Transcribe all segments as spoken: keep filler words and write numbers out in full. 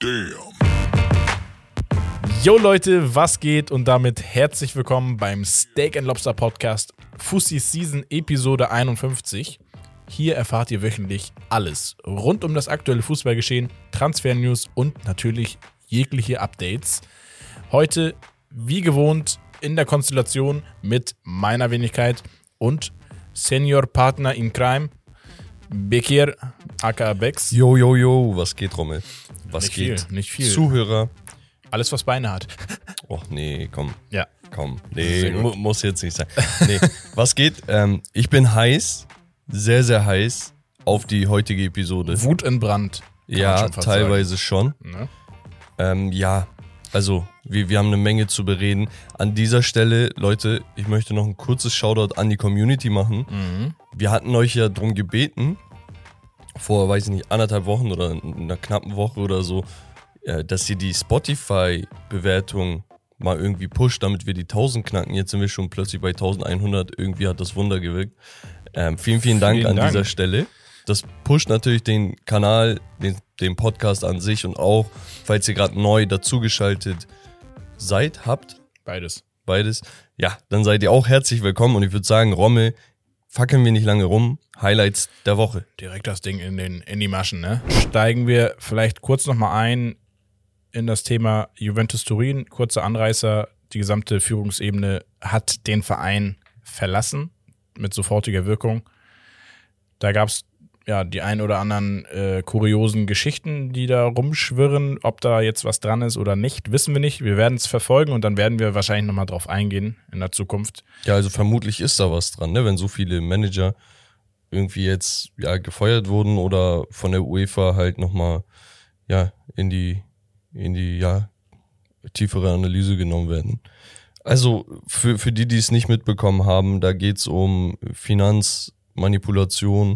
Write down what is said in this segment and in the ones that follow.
Damn. Yo Leute, was geht und damit herzlich willkommen beim Steak and Lobster Podcast Fussi Season Episode einundfünfzig. Hier erfahrt ihr wöchentlich alles rund um das aktuelle Fußballgeschehen, Transfer-News und natürlich jegliche Updates. Heute, wie gewohnt, in der Konstellation mit meiner Wenigkeit und Senior Partner in Crime, Bekir, aka Bex. Yo, yo, yo, was geht, Rommel? Was Nicht geht? viel, nicht viel. Zuhörer. Alles, was Beine hat. Och, nee, komm. Ja. Komm. Sehr Nee, gut. mu- muss jetzt nicht sein. Nee, was geht? Ähm, ich bin heiß, sehr, sehr heiß auf die heutige Episode. Wut in Brand. kann man Ja, schon fast teilweise schon. sagen, ne? Ähm, ja, also, wir, wir haben eine Menge zu bereden. An dieser Stelle, Leute, ich möchte noch ein kurzes Shoutout an die Community machen. Mhm. Wir hatten euch ja darum gebeten, vor, weiß ich nicht, anderthalb Wochen oder in einer knappen Woche oder so, äh, dass ihr die Spotify-Bewertung mal irgendwie pusht, damit wir die tausend knacken. Jetzt sind wir schon plötzlich bei eintausendeinhundert. Irgendwie hat das Wunder gewirkt. Ähm, vielen, vielen Dank Vielen an Dank. dieser Stelle. Das pusht natürlich den Kanal, den, den Podcast an sich und auch, falls ihr gerade neu dazugeschaltet seid, habt, Beides. beides, ja, dann seid ihr auch herzlich willkommen und ich würde sagen, Rommel, fackeln wir nicht lange rum, Highlights der Woche. Direkt das Ding in, den, in die Maschen, ne? Steigen wir vielleicht kurz nochmal ein in das Thema Juventus Turin. Kurzer Anreißer, die gesamte Führungsebene hat den Verein verlassen mit sofortiger Wirkung. Da gab es ja die ein oder anderen äh, kuriosen Geschichten, die da rumschwirren. Ob da jetzt was dran ist oder nicht, wissen wir nicht. Wir werden es verfolgen und dann werden wir wahrscheinlich nochmal drauf eingehen in der Zukunft. Ja, also vermutlich ist da was dran, ne? Wenn so viele Manager irgendwie jetzt ja gefeuert wurden oder von der UEFA halt nochmal ja in die in die ja tiefere Analyse genommen werden. Also für für die, die es nicht mitbekommen haben, da geht's um Finanzmanipulation.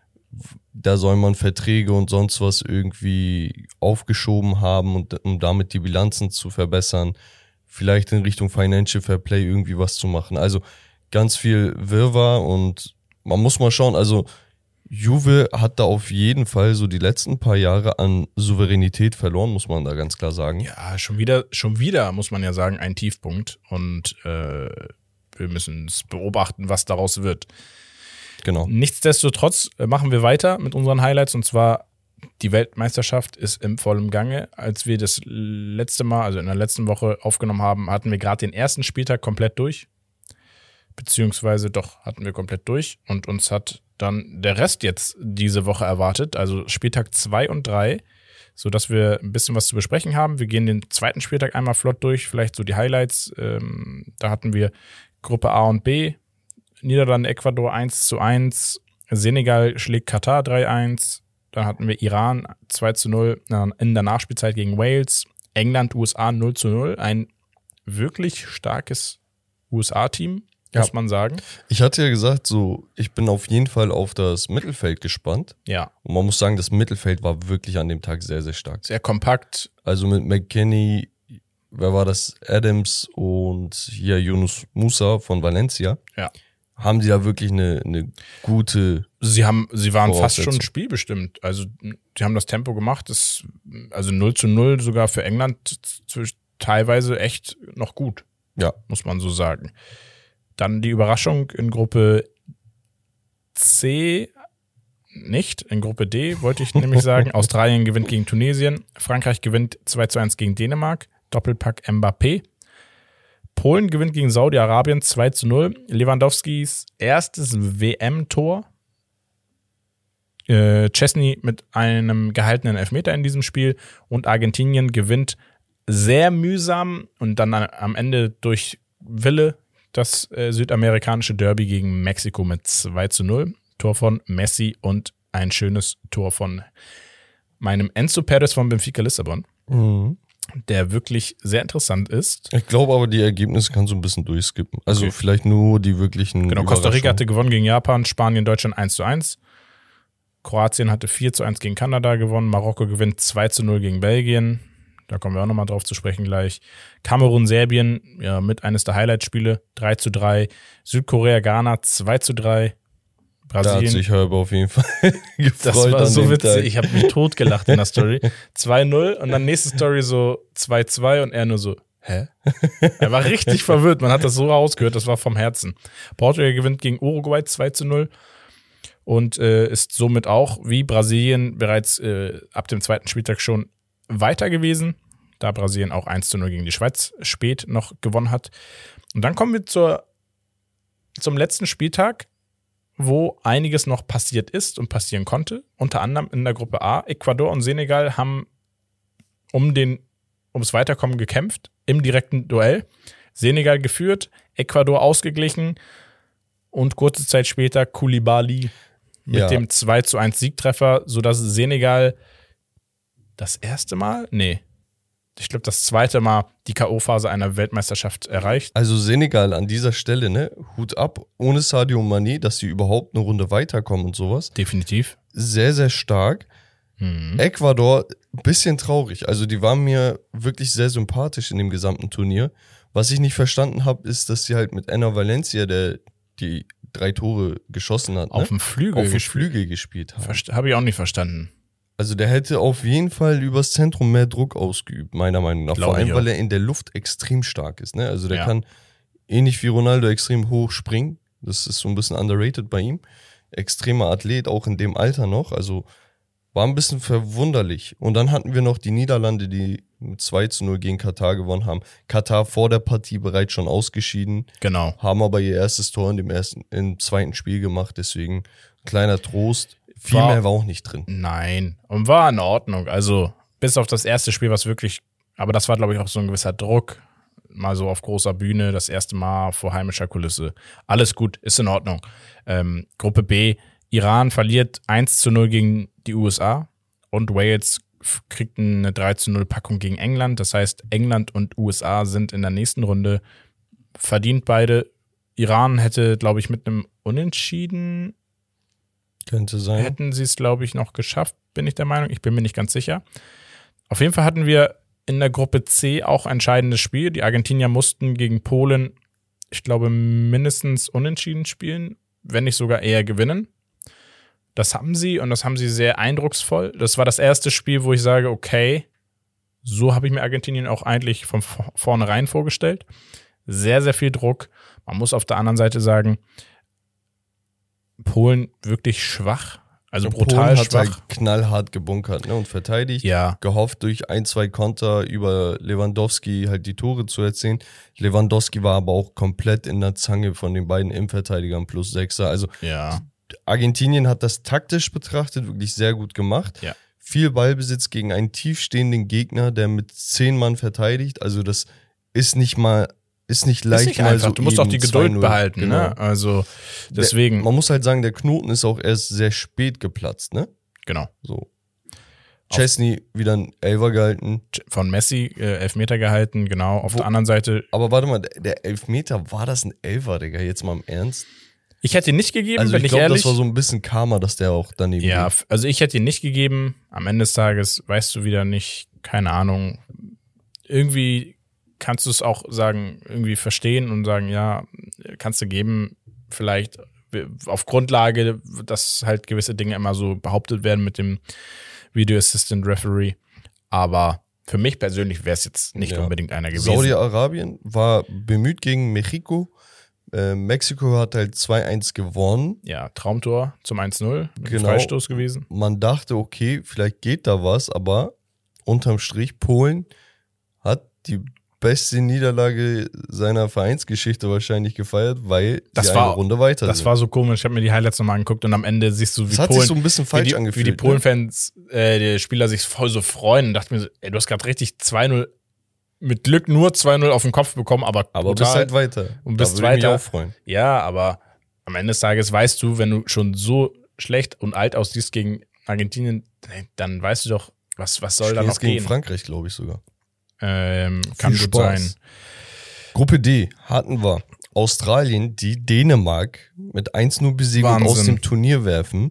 Da soll man Verträge und sonst was irgendwie aufgeschoben haben, und um damit die Bilanzen zu verbessern, vielleicht in Richtung Financial Fair Play irgendwie was zu machen. Also ganz viel Wirrwarr und man muss mal schauen, also Juve hat da auf jeden Fall so die letzten paar Jahre an Souveränität verloren, muss man da ganz klar sagen. Ja, schon wieder, schon wieder, muss man ja sagen, ein Tiefpunkt. Und äh, wir müssen es beobachten, was daraus wird. Genau. Nichtsdestotrotz äh, machen wir weiter mit unseren Highlights. Und zwar, die Weltmeisterschaft ist im vollen Gange. Als wir das letzte Mal, also in der letzten Woche aufgenommen haben, hatten wir gerade den ersten Spieltag komplett durch. Beziehungsweise doch, hatten wir komplett durch. Und uns hat dann der Rest jetzt diese Woche erwartet. Also Spieltag zwei und drei. Sodass wir ein bisschen was zu besprechen haben. Wir gehen den zweiten Spieltag einmal flott durch, vielleicht so die Highlights. Ähm, da hatten wir Gruppe A und B, Niederlande, Ecuador eins zu eins, Senegal schlägt Katar drei eins, dann hatten wir Iran zwei zu null in der Nachspielzeit gegen Wales, England, U S A null zu null, ein wirklich starkes U S A-Team, Ja. muss man sagen. Ich hatte ja gesagt, so ich bin auf jeden Fall auf das Mittelfeld gespannt. Ja, Und man muss sagen, das Mittelfeld war wirklich an dem Tag sehr, sehr stark. sehr kompakt. Also mit McKennie, wer war das? Adams und hier Yunus Musa von Valencia. Ja. Haben sie da wirklich eine, eine gute. Sie haben, sie waren fast schon Voraussetzung. spielbestimmt. Also, sie haben das Tempo gemacht. Das, also null zu null sogar für England zwisch- teilweise echt noch gut, Ja. muss man so sagen. Dann die Überraschung in Gruppe C, nicht, in Gruppe D wollte ich nämlich sagen. Australien gewinnt gegen Tunesien, Frankreich gewinnt zwei zu eins gegen Dänemark, Doppelpack Mbappé. Polen gewinnt gegen Saudi-Arabien zwei zu null. Lewandowskis erstes W M-Tor. Äh, Chesney mit einem gehaltenen Elfmeter in diesem Spiel. Und Argentinien gewinnt sehr mühsam und dann am Ende durch Wille das äh, südamerikanische Derby gegen Mexiko mit zwei zu null. Tor von Messi und ein schönes Tor von meinem Enzo Perez von Benfica Lissabon, der wirklich sehr interessant ist. Ich glaube aber, die Ergebnisse kannst du ein bisschen durchskippen. Also Okay. vielleicht nur die wirklichen. Genau, Costa Rica Überraschungen. hatte gewonnen gegen Japan, Spanien, Deutschland eins zu eins. Kroatien hatte vier zu eins gegen Kanada gewonnen, Marokko gewinnt zwei zu null gegen Belgien. Da kommen wir auch nochmal drauf zu sprechen gleich. Kamerun, Serbien, ja, mit eines der Highlight-Spiele, drei zu drei. Südkorea, Ghana, zwei zu drei. Brasilien. Da hat sich Herb auf jeden Fall gefreut. Das war an so dem witzig. Tag. Ich habe mich totgelacht in der Story. zwei null und dann nächste Story so zwei zwei und er nur so, hä? Er war richtig verwirrt. Man hat das so rausgehört. Das war vom Herzen. Portugal gewinnt gegen Uruguay zwei zu null und äh, ist somit auch wie Brasilien bereits äh, ab dem zweiten Spieltag schon weiter gewesen, da Brasilien auch eins zu null gegen die Schweiz spät noch gewonnen hat. Und dann kommen wir zur, zum letzten Spieltag, wo einiges noch passiert ist und passieren konnte. Unter anderem in der Gruppe A. Ecuador und Senegal haben um den, ums Weiterkommen gekämpft im direkten Duell. Senegal geführt, Ecuador ausgeglichen und kurze Zeit später Koulibaly mit Ja. dem zwei zu eins Siegtreffer, sodass Senegal das erste Mal, nee, ich glaube das zweite Mal die K O-Phase einer Weltmeisterschaft erreicht. Also Senegal an dieser Stelle, ne, Hut ab, ohne Sadio Mané, dass sie überhaupt eine Runde weiterkommen und sowas. Definitiv. Sehr, sehr stark. Mhm. Ecuador, bisschen traurig. Also die waren mir wirklich sehr sympathisch in dem gesamten Turnier. Was ich nicht verstanden habe, ist, dass sie halt mit Enner Valencia, der die drei Tore geschossen hat, ne, Auf dem Flügel. auf dem Flügel gespielt haben. Habe ich auch nicht verstanden. Also der hätte auf jeden Fall übers Zentrum mehr Druck ausgeübt, meiner Meinung nach. Glaube Vor allem, ich weil auch. er in der Luft extrem stark ist. Ne? Also der Ja. kann ähnlich wie Ronaldo extrem hoch springen. Das ist so ein bisschen underrated bei ihm. Extremer Athlet, auch in dem Alter noch. Also war ein bisschen verwunderlich. Und dann hatten wir noch die Niederlande, die mit zwei zu null gegen Katar gewonnen haben. Katar vor der Partie bereits schon ausgeschieden, Genau. haben aber ihr erstes Tor in dem ersten, im zweiten Spiel gemacht. Deswegen kleiner Trost. Viel War- mehr war auch nicht drin. Nein. Und war in Ordnung. Also, bis auf das erste Spiel, was wirklich, aber das war, glaube ich, auch so ein gewisser Druck. Mal so auf großer Bühne, das erste Mal vor heimischer Kulisse. Alles gut, ist in Ordnung. Ähm, Gruppe B, Iran verliert eins zu null gegen die U S A und Wales f- kriegt eine drei zu null Packung gegen England. Das heißt, England und U S A sind in der nächsten Runde verdient beide. Iran hätte, glaube ich, mit einem Unentschieden Könnte sein. hätten sie es, glaube ich, noch geschafft, bin ich der Meinung. Ich bin mir nicht ganz sicher. Auf jeden Fall hatten wir in der Gruppe C auch ein entscheidendes Spiel. Die Argentinier mussten gegen Polen, ich glaube, mindestens unentschieden spielen, wenn nicht sogar eher gewinnen. Das haben sie und das haben sie sehr eindrucksvoll. Das war das erste Spiel, wo ich sage, okay, so habe ich mir Argentinien auch eigentlich von vor- vornherein vorgestellt. Sehr, sehr viel Druck. Man muss auf der anderen Seite sagen, Polen wirklich schwach, also brutal Polen hat schwach. halt knallhart gebunkert, ne, und verteidigt. Ja, Gehofft, durch ein, zwei Konter über Lewandowski halt die Tore zu erzielen. Lewandowski war aber auch komplett in der Zange von den beiden Innenverteidigern plus Sechser. Also ja, Argentinien hat das taktisch betrachtet wirklich sehr gut gemacht. Ja. Viel Ballbesitz gegen einen tiefstehenden Gegner, der mit zehn Mann verteidigt. Also das ist nicht mal, ist nicht leicht ist nicht mal einfach. so Du musst auch eben die Geduld zwei null. behalten, Genau. ne? Also deswegen, Der, man muss halt sagen, der Knoten ist auch erst sehr spät geplatzt, ne? genau. So. Chesney wieder ein Elfer gehalten. Von Messi äh, Elfmeter gehalten, genau. Auf Wo- der anderen Seite, Aber warte mal, der- der Elfmeter, war das ein Elfer, Digga? Jetzt mal im Ernst? ich hätte ihn nicht gegeben, Also bin ich ich glaube, ehrlich. das war so ein bisschen Karma, dass der auch daneben Ja, geht. f- also ich hätte ihn nicht gegeben. Am Ende des Tages weißt du wieder nicht, keine Ahnung. Irgendwie kannst du es auch sagen, irgendwie verstehen und sagen, ja, kannst du geben, vielleicht auf Grundlage, dass halt gewisse Dinge immer so behauptet werden mit dem Video Assistant Referee. Aber für mich persönlich wäre es jetzt nicht Ja. unbedingt einer gewesen. Saudi-Arabien war bemüht gegen Mexiko. Äh, Mexiko hat halt zwei eins gewonnen. Ja, Traumtor zum eins null, mit dem Genau. Freistoß gewesen. Man dachte, okay, vielleicht geht da was, aber unterm Strich, Polen hat die beste Niederlage seiner Vereinsgeschichte wahrscheinlich gefeiert, weil Das sie war- eine Runde weiter Das sind. war so komisch. Ich habe mir die Highlights nochmal angeguckt und am Ende siehst du, wie das hat Polen, sich so ein bisschen wie falsch die, angefühlt. wie die ne? Polen-Fans, äh, die Spieler sich voll so freuen und dachte mir, so, ey, du hast gerade richtig zwei null, mit Glück nur zwei null auf den Kopf bekommen, aber Aber brutal. bist halt weiter. Und Da bist würde ich mich weiter. auch freuen. Ja, aber am Ende des Tages weißt du, wenn du schon so schlecht und alt aussiehst gegen Argentinien, dann weißt du doch, was, was soll da Spielen noch jetzt gegen gehen. Frankreich, glaube ich sogar. Ähm, kann Viel gut Spaß. sein. Gruppe D hatten wir Australien, die Dänemark mit eins null besiegen und Wahnsinn. aus dem Turnier werfen.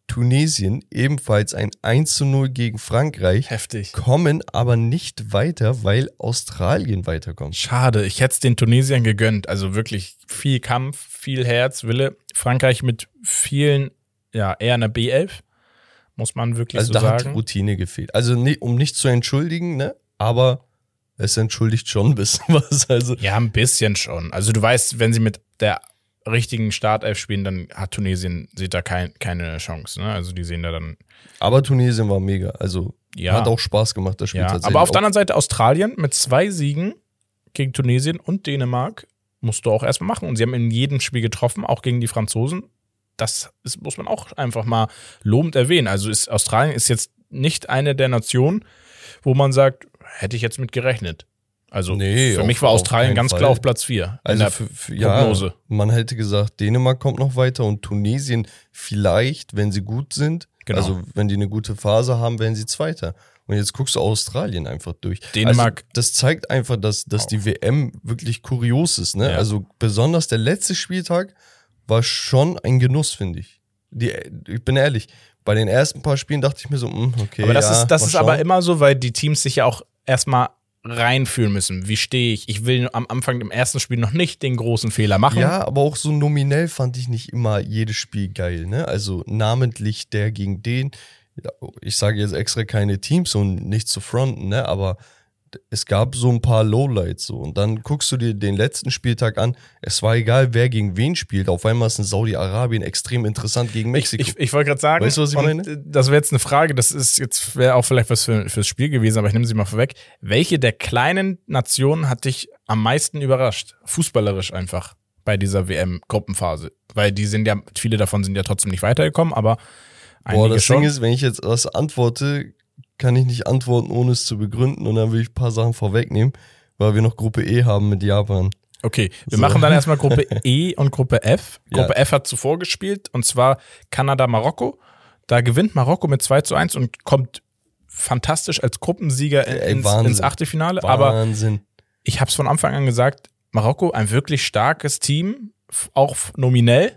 Tunesien ebenfalls ein eins zu null gegen Frankreich. Heftig. Kommen aber nicht weiter, weil Australien weiterkommt. Schade, ich hätte es den Tunesiern gegönnt. Also wirklich viel Kampf, viel Herz, Wille. Frankreich mit vielen, ja, eher einer B elf, muss man wirklich also so sagen. Also da hat Routine gefehlt. Also um nicht zu entschuldigen, ne, aber es entschuldigt schon ein bisschen was. Also. Ja, ein bisschen schon. Also du weißt, wenn sie mit der richtigen Startelf spielen, dann hat Tunesien, sieht da kein, keine Chance. Ne? Also die sehen da dann. Aber Tunesien war mega. Also ja. hat auch Spaß gemacht, das Spiel ja, tatsächlich. aber auf auch. der anderen Seite Australien mit zwei Siegen gegen Tunesien und Dänemark musst du auch erstmal machen. Und sie haben in jedem Spiel getroffen, auch gegen die Franzosen. Das ist, muss man auch einfach mal lobend erwähnen. Also ist, Australien ist jetzt nicht eine der Nationen, wo man sagt, hätte ich jetzt mit gerechnet. Also nee, für auf, mich war Australien ganz Fall. klar auf Platz vier. Also für, für, ja, man hätte gesagt, Dänemark kommt noch weiter und Tunesien vielleicht, wenn sie gut sind, genau. Also wenn die eine gute Phase haben, werden sie Zweiter. Und jetzt guckst du Australien einfach durch. Dänemark. Also das zeigt einfach, dass, dass die W M wirklich kurios ist. Ne? Ja. Also besonders der letzte Spieltag war schon ein Genuss, finde ich. Die, ich bin ehrlich, bei den ersten paar Spielen dachte ich mir so, okay, aber das ja, ist, das ist schauen. aber immer so, weil die Teams sich ja auch erstmal reinfühlen müssen. Wie stehe ich? Ich will am Anfang im ersten Spiel noch nicht den großen Fehler machen. Ja, aber auch so nominell fand ich nicht immer jedes Spiel geil, ne? Also namentlich der gegen den. Ich sage jetzt extra keine Teams und nicht zu fronten, ne? Aber es gab so ein paar Lowlights so. Und dann guckst du dir den letzten Spieltag an. Es war egal, wer gegen wen spielt. Auf einmal ist in Saudi-Arabien extrem interessant gegen Mexiko. Ich, ich, ich wollte gerade sagen, weißt du, was ich meine? Das wäre jetzt eine Frage, das ist jetzt wäre auch vielleicht was für, fürs Spiel gewesen, aber ich nehme sie mal vorweg. Welche der kleinen Nationen hat dich am meisten überrascht? Fußballerisch einfach bei dieser W M-Gruppenphase. Weil die sind ja, viele davon sind ja trotzdem nicht weitergekommen, aber einige Boah, das schon. Ding ist, wenn ich jetzt was antworte, kann ich nicht antworten, ohne es zu begründen. Und dann will ich ein paar Sachen vorwegnehmen, weil wir noch Gruppe E haben mit Japan. Okay, wir so. machen dann erstmal Gruppe E und Gruppe F. Gruppe Ja. F hat zuvor gespielt, und zwar Kanada-Marokko. Da gewinnt Marokko mit zwei zu eins und kommt fantastisch als Gruppensieger Ey, ins, Wahnsinn. ins Achtelfinale. Aber Wahnsinn. ich habe es von Anfang an gesagt, Marokko, ein wirklich starkes Team, auch nominell.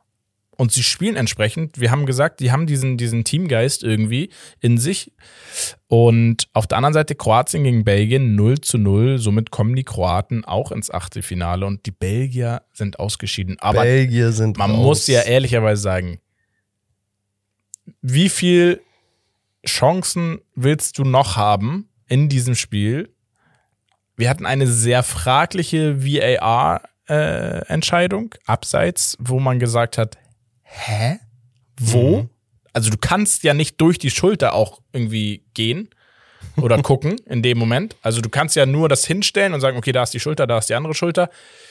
Und sie spielen entsprechend. Wir haben gesagt, die haben diesen, diesen Teamgeist irgendwie in sich. Und auf der anderen Seite Kroatien gegen Belgien null zu null. Somit kommen die Kroaten auch ins Achtelfinale und die Belgier sind ausgeschieden. Aber Belgier sind man raus. muss ja ehrlicherweise sagen, wie viel Chancen willst du noch haben in diesem Spiel? Wir hatten eine sehr fragliche V A R-Entscheidung, abseits, wo man gesagt hat, hä? Wo? Mhm. Also du kannst ja nicht durch die Schulter auch irgendwie gehen oder gucken in dem Moment. Also du kannst ja nur das hinstellen und sagen, okay, da ist die Schulter, da ist die andere Schulter.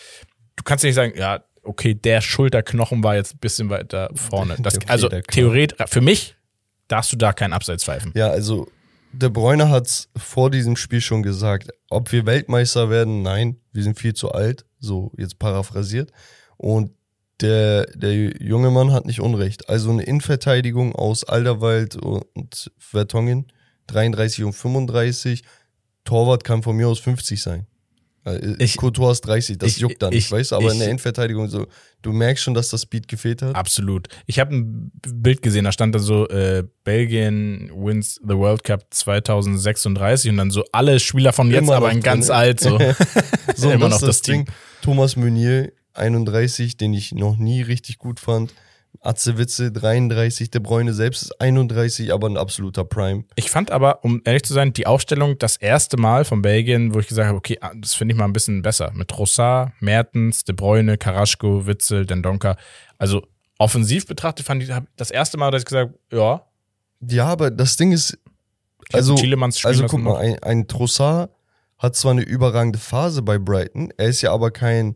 Du kannst nicht sagen, ja, okay, der Schulterknochen war jetzt ein bisschen weiter vorne. Das, okay, also theoretisch, für mich darfst du da keinen Abseits pfeifen. Ja, also De Bruyne hat es vor diesem Spiel schon gesagt, ob wir Weltmeister werden, nein, wir sind viel zu alt, so jetzt paraphrasiert. Und der, der junge Mann hat nicht Unrecht. Also eine Innenverteidigung aus Alderweireld und Vertonghen, dreiunddreißig und fünfunddreißig. Torwart kann von mir aus fünfzig sein. Ich, Courtois ist dreißig, das ich, juckt dann nicht, weißt du? Aber ich, in der Innenverteidigung so, du merkst schon, dass das Speed gefehlt hat. Absolut. Ich habe ein Bild gesehen, da stand da so, äh, Belgien wins the World Cup zwanzig sechsunddreißig und dann so alle Spieler von jetzt, aber in ganz drin, alt, so. So, immer noch das, das Ding. Thomas Meunier, einunddreißig, den ich noch nie richtig gut fand. Atze Witze, dreiunddreißig, De Bruyne selbst ist einunddreißig, aber ein absoluter Prime. Ich fand aber, um ehrlich zu sein, die Aufstellung das erste Mal von Belgien, wo ich gesagt habe, okay, das finde ich mal ein bisschen besser. Mit Trossard, Mertens, De Bruyne, Carrasco, Witzel, Dendoncker. Also offensiv betrachtet fand ich das erste Mal, dass ich gesagt habe, ja. Ja, aber das Ding ist, also, also guck mal, ein, ein Trossard hat zwar eine überragende Phase bei Brighton, er ist ja aber kein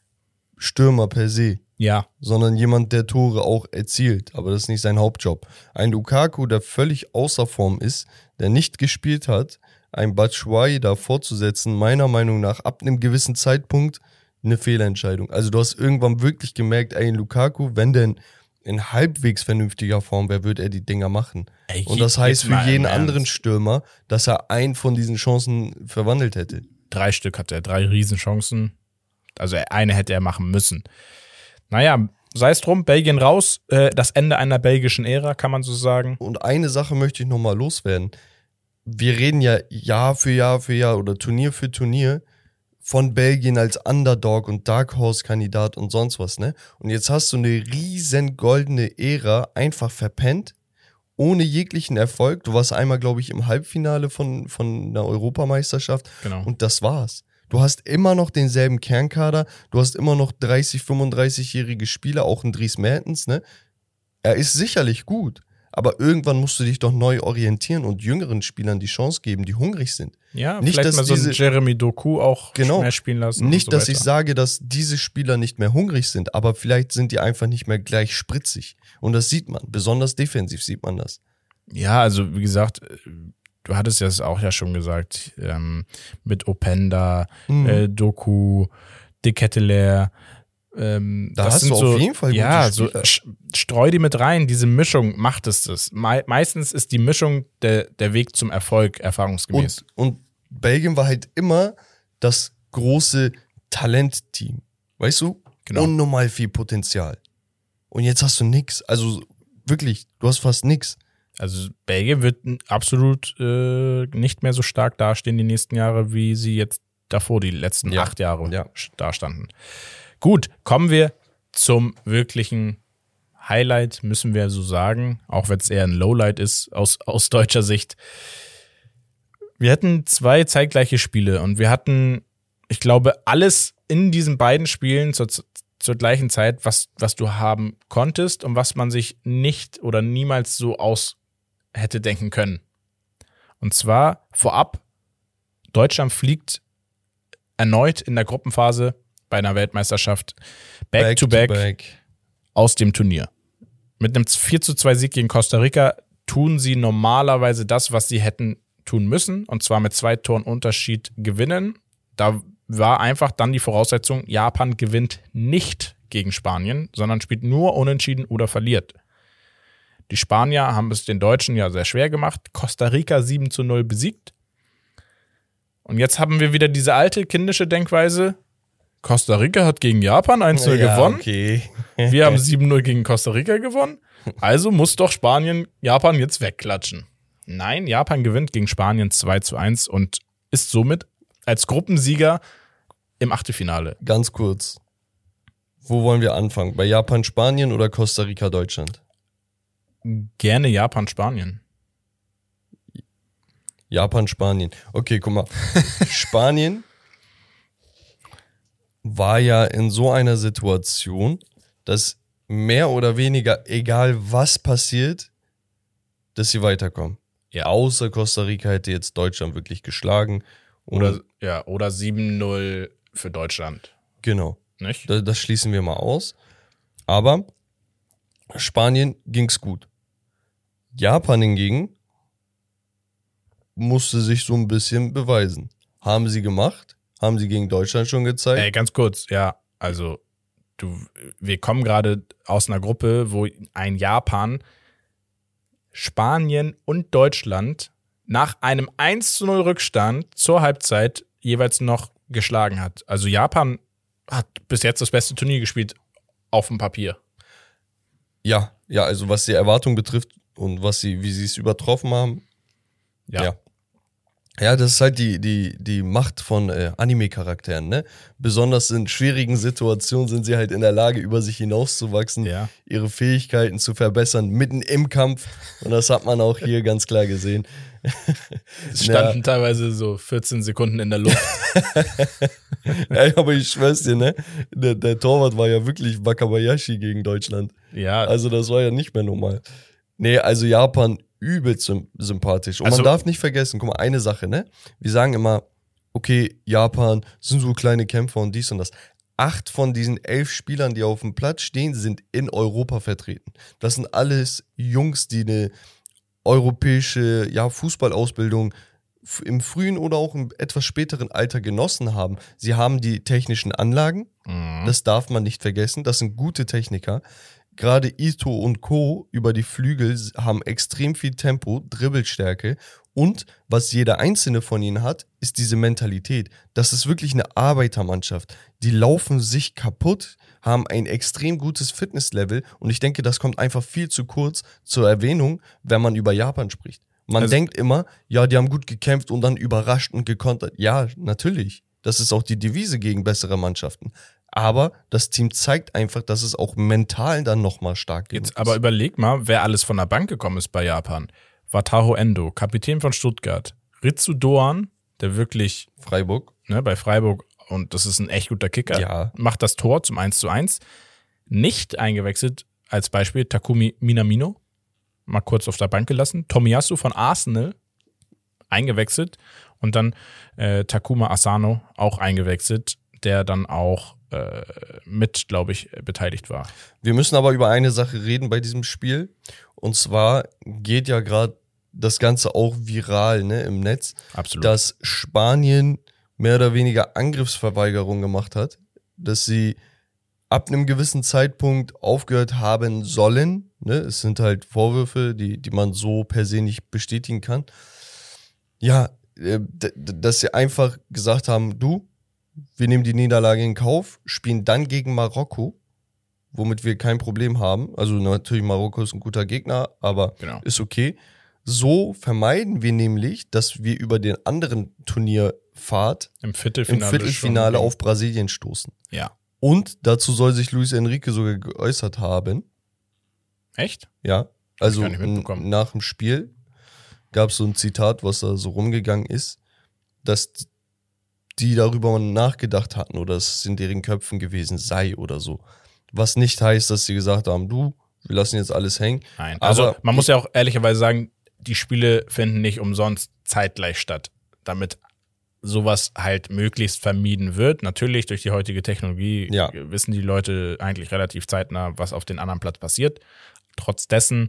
Stürmer per se. Ja. Sondern jemand, der Tore auch erzielt. Aber das ist nicht sein Hauptjob. Ein Lukaku, der völlig außer Form ist, der nicht gespielt hat, ein Batshuayi da vorzusetzen, meiner Meinung nach ab einem gewissen Zeitpunkt eine Fehlentscheidung. Also du hast irgendwann wirklich gemerkt, ey, Lukaku, wenn denn in halbwegs vernünftiger Form wäre, würde er die Dinger machen. Ey, und das heißt für jeden anderen Stürmer, dass er einen von diesen Chancen verwandelt hätte. Drei Stück hatte er, drei Riesenchancen. Also eine hätte er machen müssen. Naja, sei es drum, Belgien raus, äh, das Ende einer belgischen Ära, kann man so sagen. Und eine Sache möchte ich nochmal loswerden. Wir reden ja Jahr für Jahr für Jahr oder Turnier für Turnier von Belgien als Underdog und Dark Horse-Kandidat und sonst was, ne? Und jetzt hast du eine riesen goldene Ära einfach verpennt, ohne jeglichen Erfolg. Du warst einmal, glaube ich, im Halbfinale von, von einer Europameisterschaft Genau. und das war's. Du hast immer noch denselben Kernkader, du hast immer noch dreißig-, fünfunddreißigjährige Spieler, auch ein Dries Mertens, ne? Er ist sicherlich gut, aber irgendwann musst du dich doch neu orientieren und jüngeren Spielern die Chance geben, die hungrig sind. Ja, nicht, vielleicht dass mal so einen diese, Jeremy Doku auch genau, mehr spielen lassen. nicht, und so dass ich weiter. sage, dass diese Spieler nicht mehr hungrig sind, aber vielleicht sind die einfach nicht mehr gleich spritzig. Und das sieht man, besonders defensiv sieht man das. Ja, also wie gesagt, du hattest ja es auch ja schon gesagt, ähm, mit Openda, Mhm. äh, Doku, De Ketelaere, ähm, Da das hast sind du so, auf jeden Fall gute ja, so Spieler. sch- streu die mit rein, diese Mischung macht es das. Me meistens ist die Mischung der, der Weg zum Erfolg, erfahrungsgemäß. Und, und Belgien war halt immer das große Talentteam. Weißt du? Genau. Unnormal viel Potenzial. Und jetzt hast du nix. Also wirklich, du hast fast nix. Also Belgien wird n- absolut äh, nicht mehr so stark dastehen die nächsten Jahre, wie sie jetzt davor die letzten Ja. acht Jahre Ja. sch- dastanden. Gut, kommen wir zum wirklichen Highlight, müssen wir so sagen, auch wenn es eher ein Lowlight ist aus, aus deutscher Sicht. Wir hatten zwei zeitgleiche Spiele und wir hatten, ich glaube, alles in diesen beiden Spielen zur, zur gleichen Zeit, was, was du haben konntest und was man sich nicht oder niemals so aus hätte denken können. Und zwar vorab, Deutschland fliegt erneut in der Gruppenphase bei einer Weltmeisterschaft back, to back, back. aus dem Turnier. Mit einem vier zu zwei Sieg gegen Costa Rica tun sie normalerweise das, was sie hätten tun müssen, und zwar mit zwei Toren Unterschied gewinnen. Da war einfach dann die Voraussetzung, Japan gewinnt nicht gegen Spanien, sondern spielt nur unentschieden oder verliert. Die Spanier haben es den Deutschen ja sehr schwer gemacht. Costa Rica sieben zu null besiegt. Und jetzt haben wir wieder diese alte kindische Denkweise. Costa Rica hat gegen Japan eins zu null Ja, gewonnen. okay. Wir haben sieben null gegen Costa Rica gewonnen. Also muss doch Spanien Japan jetzt wegklatschen. Nein, Japan gewinnt gegen Spanien zwei zu eins und ist somit als Gruppensieger im Achtelfinale. Ganz kurz. Wo wollen wir anfangen? Bei Japan, Spanien oder Costa Rica, Deutschland? Gerne Japan, Spanien. Japan, Spanien. Okay, guck mal. Spanien war ja in so einer Situation, dass mehr oder weniger, egal was passiert, dass sie weiterkommen. Ja. Außer Costa Rica hätte jetzt Deutschland wirklich geschlagen. Oder, Und, ja, oder sieben null für Deutschland. genau. Nicht? Das, das schließen wir mal aus. Aber Spanien ging's gut. Japan hingegen musste sich so ein bisschen beweisen. Haben sie gemacht? Haben sie gegen Deutschland schon gezeigt? Ey, ganz kurz, ja, also du, wir kommen gerade aus einer Gruppe, wo ein Japan, Spanien und Deutschland nach einem eins zu null Rückstand zur Halbzeit jeweils noch geschlagen hat. Also Japan hat bis jetzt das beste Turnier gespielt auf dem Papier. Ja, ja, also was die Erwartung betrifft und was sie, wie sie es übertroffen haben. Ja. Ja. Ja, das ist halt die, die, die Macht von äh, Anime-Charakteren, ne? Besonders in schwierigen Situationen sind sie halt in der Lage, über sich hinauszuwachsen, Ja. ihre Fähigkeiten zu verbessern, mitten im Kampf. Und das hat man auch hier ganz klar gesehen. Es standen teilweise so vierzehn Sekunden in der Luft. Ja, aber ich schwör's dir, ne? Der, der Torwart war ja wirklich Wakabayashi gegen Deutschland. Ja, Also das war ja nicht mehr normal. Nee, also Japan übelst sym- sympathisch. Und Also- man darf nicht vergessen, guck mal, eine Sache, ne? Wir sagen immer, okay, Japan sind so kleine Kämpfer und dies und das. Acht von diesen elf Spielern, die auf dem Platz stehen, sind in Europa vertreten. Das sind alles Jungs, die eine europäische ja, Fußballausbildung f- im frühen oder auch im etwas späteren Alter genossen haben. Sie haben die technischen Anlagen, mhm. das darf man nicht vergessen. Das sind gute Techniker. gerade Ito und Co. über die Flügel haben extrem viel Tempo, Dribbelstärke und was jeder einzelne von ihnen hat, ist diese Mentalität. Das ist wirklich eine Arbeitermannschaft. Die laufen sich kaputt, haben ein extrem gutes Fitnesslevel und ich denke, das kommt einfach viel zu kurz zur Erwähnung, wenn man über Japan spricht. Man Also- denkt immer, ja, die haben gut gekämpft und dann überrascht und gekontert. Ja, natürlich. Das ist auch die Devise gegen bessere Mannschaften. Aber das Team zeigt einfach, dass es auch mental dann nochmal stark genug Jetzt aber ist. überleg mal, wer alles von der Bank gekommen ist bei Japan. Wataru Endo, Kapitän von Stuttgart. Ritsu Doan, der wirklich Freiburg. ne, bei Freiburg, und das ist ein echt guter Kicker, Ja. macht das Tor zum eins zu eins. Nicht eingewechselt, als Beispiel Takumi Minamino, mal kurz auf der Bank gelassen. Tomiyasu von Arsenal, eingewechselt. Und dann äh, Takuma Asano, auch eingewechselt, der dann auch äh, mit, glaube ich, beteiligt war. Wir müssen aber über eine Sache reden bei diesem Spiel. Und zwar geht ja gerade das Ganze auch viral, ne, im Netz, Absolut. dass Spanien mehr oder weniger Angriffsverweigerung gemacht hat, dass sie ab einem gewissen Zeitpunkt aufgehört haben sollen. Ne? Es sind halt Vorwürfe, die, die man so per se nicht bestätigen kann. Ja, äh, d- d- dass sie einfach gesagt haben, du, wir nehmen die Niederlage in Kauf, spielen dann gegen Marokko, womit wir kein Problem haben. Also natürlich, Marokko ist ein guter Gegner, aber Genau. ist okay. So vermeiden wir nämlich, dass wir über den anderen Turnierpfad Im im Viertelfinale, Viertelfinale schon auf Brasilien stoßen. gegen- Ja. Und dazu soll sich Luis Enrique sogar geäußert haben. Echt? Ja, also gar nicht mitbekommen. n- nach dem Spiel gab es so ein Zitat, was da so rumgegangen ist, dass die darüber nachgedacht hatten oder es in deren Köpfen gewesen sei oder so. Was nicht heißt, dass sie gesagt haben, du, wir lassen jetzt alles hängen. Nein. Also Aber man muss ja auch ehrlicherweise sagen, die Spiele finden nicht umsonst zeitgleich statt, damit sowas halt möglichst vermieden wird. Natürlich durch die heutige Technologie Ja. wissen die Leute eigentlich relativ zeitnah, was auf den anderen Platz passiert. Trotz dessen,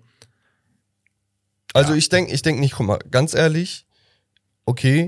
Also Ja. ich denke, ich denke nicht, guck mal, ganz ehrlich, okay,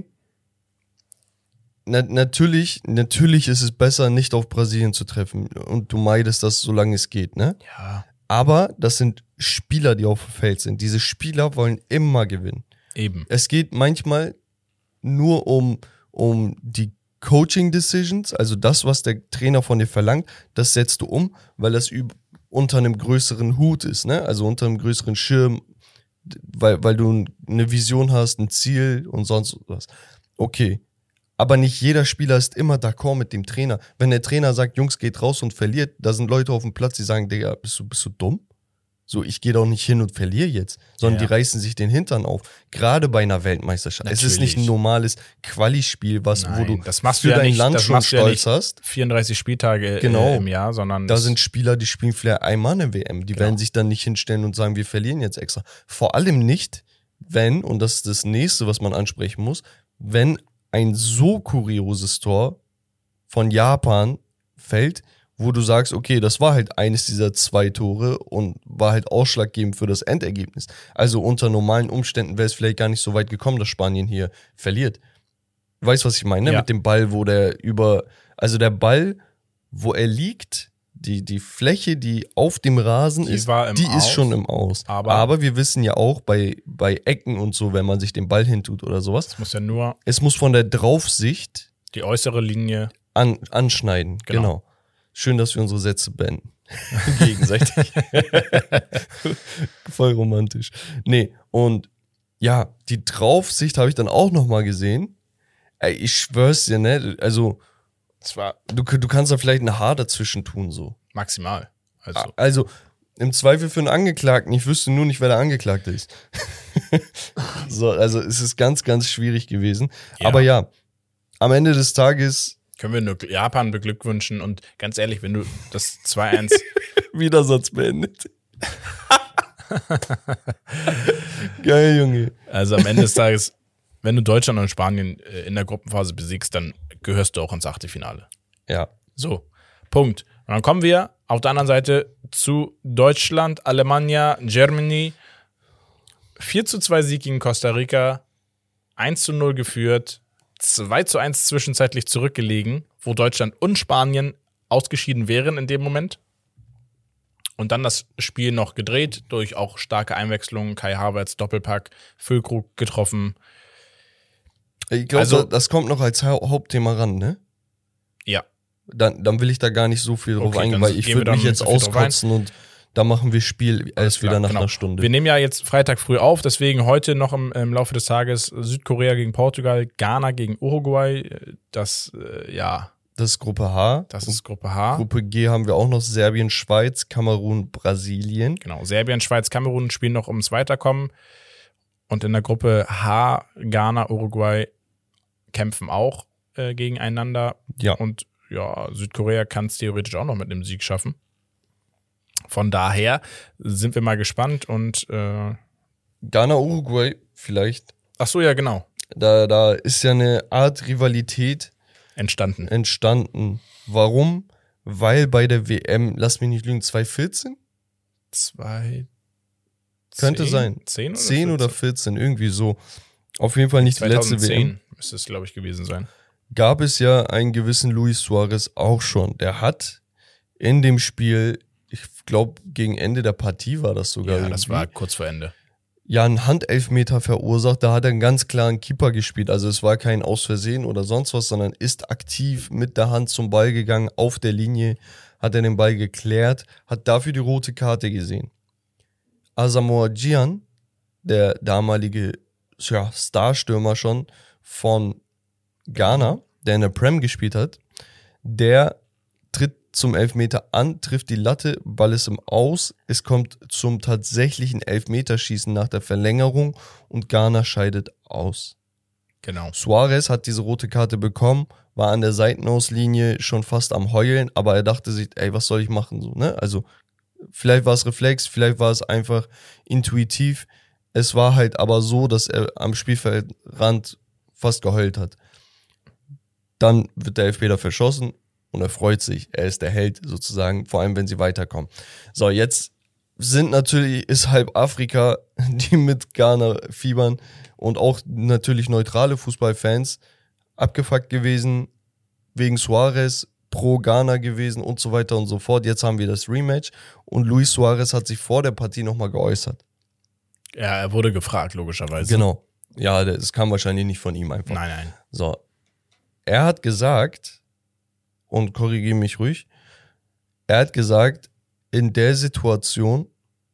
na, natürlich, natürlich ist es besser, nicht auf Brasilien zu treffen und du meidest das, solange es geht, ne? ja, Aber das sind Spieler, die auf dem Feld sind. Diese Spieler wollen immer gewinnen. eben. Es geht manchmal nur um, um die Coaching Decisions, also das, was der Trainer von dir verlangt, das setzt du um, weil das üb- unter einem größeren Hut ist, ne? Also unter einem größeren Schirm, d- weil, weil du n- eine Vision hast, ein Ziel und sonst was. Okay. Aber nicht jeder Spieler ist immer d'accord mit dem Trainer. Wenn der Trainer sagt, Jungs, geht raus und verliert, da sind Leute auf dem Platz, die sagen, Digga, bist du, bist du dumm? So, ich gehe doch nicht hin und verliere jetzt, sondern Ja. die reißen sich den Hintern auf. Gerade bei einer Weltmeisterschaft. Es ist nicht ein Natürlich. normales Quali-Spiel, was, wo Nein, du das machst für du ja dein nicht, Land das schon machst du ja stolz nicht hast. vierunddreißig Spieltage Genau. äh, im Jahr, sondern Da das- sind Spieler, die spielen vielleicht einmal eine W M. Die Genau. werden sich dann nicht hinstellen und sagen, wir verlieren jetzt extra. Vor allem nicht, wenn, und das ist das Nächste, was man ansprechen muss, wenn ein so kurioses Tor von Japan fällt, wo du sagst, okay, das war halt eines dieser zwei Tore und war halt ausschlaggebend für das Endergebnis. Also unter normalen Umständen wäre es vielleicht gar nicht so weit gekommen, dass Spanien hier verliert. Weißt du, was ich meine? Ja. Mit dem Ball, wo der über, also der Ball, wo er liegt, die, die Fläche, die auf dem Rasen Die ist, war im die Aus. ist schon im Aus. Aber- Aber wir wissen ja auch bei, bei Ecken und so, wenn man sich den Ball hintut oder sowas, es muss ja nur es muss von der Draufsicht die äußere Linie. an, anschneiden. Genau. Genau. Schön, dass wir unsere Sätze beenden. Gegenseitig. Voll romantisch. Nee, und ja, die Draufsicht habe ich dann auch nochmal gesehen. Ey, ich schwör's dir, ne? Also, Es war du, du kannst da vielleicht ein Haar dazwischen tun, so. maximal. Also, Also, im Zweifel für einen Angeklagten, ich wüsste nur nicht, wer der Angeklagte ist. So, also es ist ganz, ganz schwierig gewesen. Ja. Aber ja, am Ende des Tages können wir nur Japan beglückwünschen und ganz ehrlich, wenn du das zwei eins wieder Satz beendet. Geil, Junge. Also am Ende des Tages, wenn du Deutschland und Spanien äh, in der Gruppenphase besiegst, dann gehörst du auch ins Achtelfinale. Ja, So, Punkt. Und dann kommen wir auf der anderen Seite zu Deutschland, Alemannia, Germany. vier zu zwei Sieg gegen Costa Rica, eins zu null geführt, zwei zu eins zwischenzeitlich zurückgelegen, wo Deutschland und Spanien ausgeschieden wären in dem Moment. Und dann das Spiel noch gedreht durch auch starke Einwechslungen. Kai Havertz, Doppelpack, Füllkrug getroffen. Ich glaube, Also- das kommt noch als Hau- Hauptthema ran, ne? Ja. Dann, dann will ich da gar nicht so viel drauf Okay, eingehen, dann weil ich gehen wir würde da mich nicht jetzt so viel drauf ein. auskotzen und da machen wir Spiel erst Klar, wieder nach genau. einer Stunde. Wir nehmen ja jetzt Freitag früh auf, deswegen heute noch im, im Laufe des Tages Südkorea gegen Portugal, Ghana gegen Uruguay. Das, äh, ja, Das ist Gruppe H. das ist Gruppe H. Gruppe G haben wir auch noch Serbien, Schweiz, Kamerun, Brasilien. Genau, Serbien, Schweiz, Kamerun spielen noch ums Weiterkommen. Und in der Gruppe H, Ghana, Uruguay kämpfen auch äh, gegeneinander. Ja. Und ja, Südkorea kann es theoretisch auch noch mit einem Sieg schaffen. Von daher sind wir mal gespannt und äh, Ghana, Uruguay vielleicht. ach so, ja, genau, Da, da ist ja eine Art Rivalität entstanden. entstanden. Warum? Weil bei der W M, lass mich nicht lügen, zwanzig vierzehn? Zwei. Könnte zehn? sein. Zehn oder zehn oder vierzehn, irgendwie so. Auf jeden Fall nicht die letzte W M. müsste es, glaube ich, gewesen sein. Gab es ja einen gewissen Luis Suarez auch schon. Der hat in dem Spiel, ich glaube, gegen Ende der Partie war das sogar. Ja, das irgendwie, war kurz vor Ende. ja, einen Handelfmeter verursacht. Da hat er einen ganz klaren Keeper gespielt. Also es war kein Aus Versehen oder sonst was, sondern ist aktiv mit der Hand zum Ball gegangen. Auf der Linie hat er den Ball geklärt, hat dafür die rote Karte gesehen. Asamoah Gyan, der damalige ja, Starstürmer schon von Ghana, der in der Prem gespielt hat, der tritt zum Elfmeter an, trifft die Latte, Ball ist im Aus, es kommt zum tatsächlichen Elfmeterschießen nach der Verlängerung und Ghana scheidet aus. Genau. Suarez hat diese rote Karte bekommen, war an der Seitenauslinie schon fast am Heulen, aber er dachte sich, ey, was soll ich machen? So, ne? Also vielleicht war es Reflex, vielleicht war es einfach intuitiv. Es war halt aber so, dass er am Spielfeldrand fast geheult hat. Dann wird der Elfmeter verschossen und er freut sich. Er ist der Held sozusagen, vor allem wenn sie weiterkommen. So, jetzt sind natürlich, ist halb Afrika, die mit Ghana fiebern und auch natürlich neutrale Fußballfans abgefuckt gewesen wegen Suarez, pro Ghana gewesen und so weiter und so fort. Jetzt haben wir das Rematch und Luis Suarez hat sich vor der Partie nochmal geäußert. Ja, er wurde gefragt, logischerweise. Genau. Ja, das kam wahrscheinlich nicht von ihm einfach. Nein, nein. So. Er hat gesagt, und korrigiere mich ruhig, er hat gesagt, in der Situation,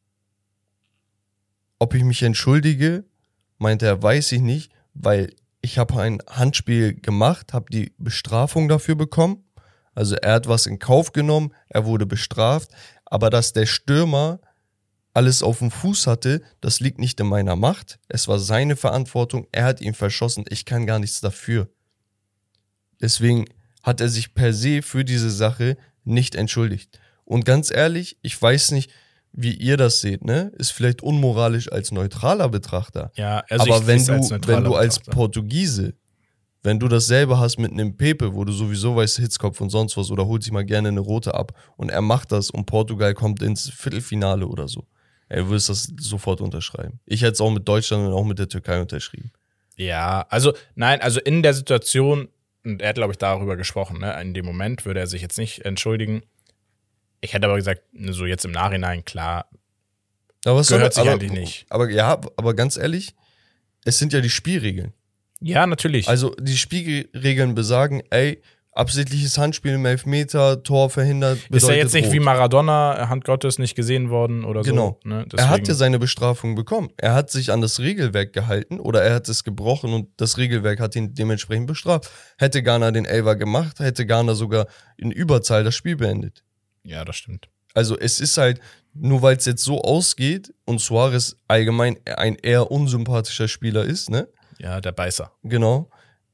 ob ich mich entschuldige, meinte er, weiß ich nicht, weil ich habe ein Handspiel gemacht, habe die Bestrafung dafür bekommen. Also er hat was in Kauf genommen, er wurde bestraft, aber dass der Stürmer alles auf dem Fuß hatte, das liegt nicht in meiner Macht. Es war seine Verantwortung, er hat ihn verschossen, ich kann gar nichts dafür. Deswegen hat er sich per se für diese Sache nicht entschuldigt. Und ganz ehrlich, ich weiß nicht, wie ihr das seht, ne? Ist vielleicht unmoralisch als neutraler Betrachter. Ja, also aber ich wenn seh's du, als neutraler wenn du als Betrachter. Portugiese, wenn du dasselbe hast mit einem Pepe, wo du sowieso weißt, Hitzkopf und sonst was, oder holt sich mal gerne eine rote ab und er macht das und Portugal kommt ins Viertelfinale oder so. Ey, du würdest das sofort unterschreiben. Ich hätte es auch mit Deutschland und auch mit der Türkei unterschrieben. Ja, also nein, also in der Situation, und er hat, glaube ich, darüber gesprochen, ne? In dem Moment würde er sich jetzt nicht entschuldigen. Ich hätte aber gesagt, so jetzt im Nachhinein, klar, Aber was soll gehört das- sich aber, eigentlich nicht. Aber ja, aber ganz ehrlich, es sind ja die Spielregeln. Ja, natürlich. Also die Spielregeln besagen, ey, absichtliches Handspiel im Elfmeter, Tor verhindert, bedeutet ist ja jetzt nicht Rot. wie Maradona, Hand Gottes, nicht gesehen worden oder Genau. so. Ne? Er hat ja Deswegen- seine Bestrafung bekommen. Er hat sich an das Regelwerk gehalten oder er hat es gebrochen und das Regelwerk hat ihn dementsprechend bestraft. Hätte Ghana den Elfer gemacht, hätte Ghana sogar in Überzahl das Spiel beendet. Ja, das stimmt. Also es ist halt, nur weil es jetzt so ausgeht und Suarez allgemein ein eher unsympathischer Spieler ist, ne? Ja, der Beißer. Genau.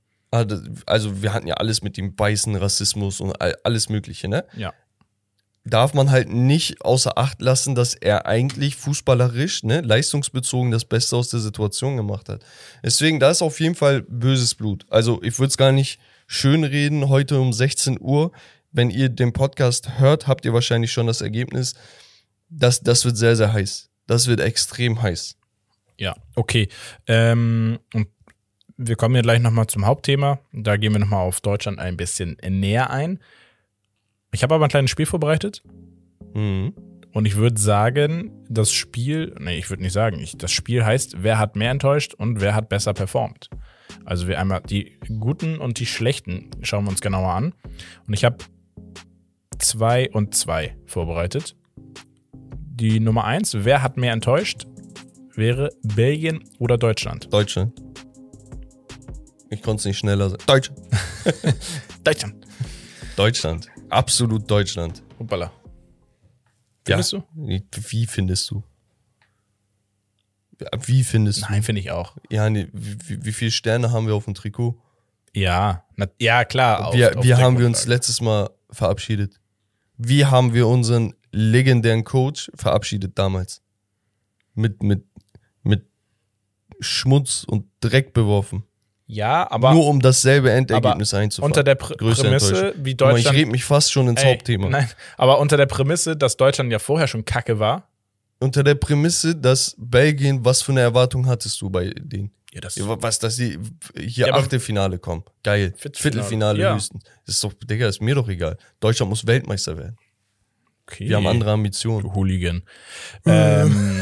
Also wir hatten ja alles mit dem Beißen, Rassismus und all- alles Mögliche, ne? Ja. Darf man halt nicht außer Acht lassen, dass er eigentlich fußballerisch, ne, leistungsbezogen das Beste aus der Situation gemacht hat. Deswegen, da ist auf jeden Fall böses Blut. Also ich würde es gar nicht schönreden, heute um sechzehn Uhr. Wenn ihr den Podcast hört, habt ihr wahrscheinlich schon das Ergebnis. Das, das wird sehr, sehr heiß. Das wird extrem heiß. Ja, okay. Ähm, und wir kommen ja gleich nochmal zum Hauptthema. Da gehen wir nochmal auf Deutschland ein bisschen näher ein. Ich habe aber ein kleines Spiel vorbereitet. Mhm. Und ich würde sagen, das Spiel, nee, ich würde nicht sagen, ich, das Spiel heißt, wer hat mehr enttäuscht und wer hat besser performt. Also wir einmal die guten und die schlechten schauen wir uns genauer an. Und ich habe zwei und zwei vorbereitet. Die Nummer eins, wer hat mehr enttäuscht, wäre Belgien oder Deutschland? Deutschland. Ich konnte es nicht schneller sagen. Deutschland. Deutschland. Deutschland. Absolut Deutschland. Hoppala. Findest ja. du? Wie findest du? Wie findest Nein, finde ich auch. du? Ja, nee, wie, wie viele Sterne haben wir auf dem Trikot? Ja, na, ja klar. Auf, Wie, auf wie haben wir uns Trikot. letztes Mal verabschiedet? Wie haben wir unseren legendären Coach verabschiedet damals? Mit, mit, mit Schmutz und Dreck beworfen. Ja, aber Nur um dasselbe Endergebnis einzufahren. unter der Pr Größte Prämisse, Enttäuschung. wie Guck mal, Deutschland... ich rede mich fast schon ins Ey, Hauptthema. Nein, aber unter der Prämisse, dass Deutschland ja vorher schon kacke war. Unter der Prämisse, dass Belgien, was für eine Erwartung hattest du bei denen? Ja, das Ja, was, dass die hier Ja, aber- Achtelfinale kommen. Geil. Viertelfinale. Viertelfinale Ja. höchstens. Das ist doch, Digga, ist mir doch egal. Deutschland muss Weltmeister werden. okay. Wir haben andere Ambitionen. Du Hooligan. ähm,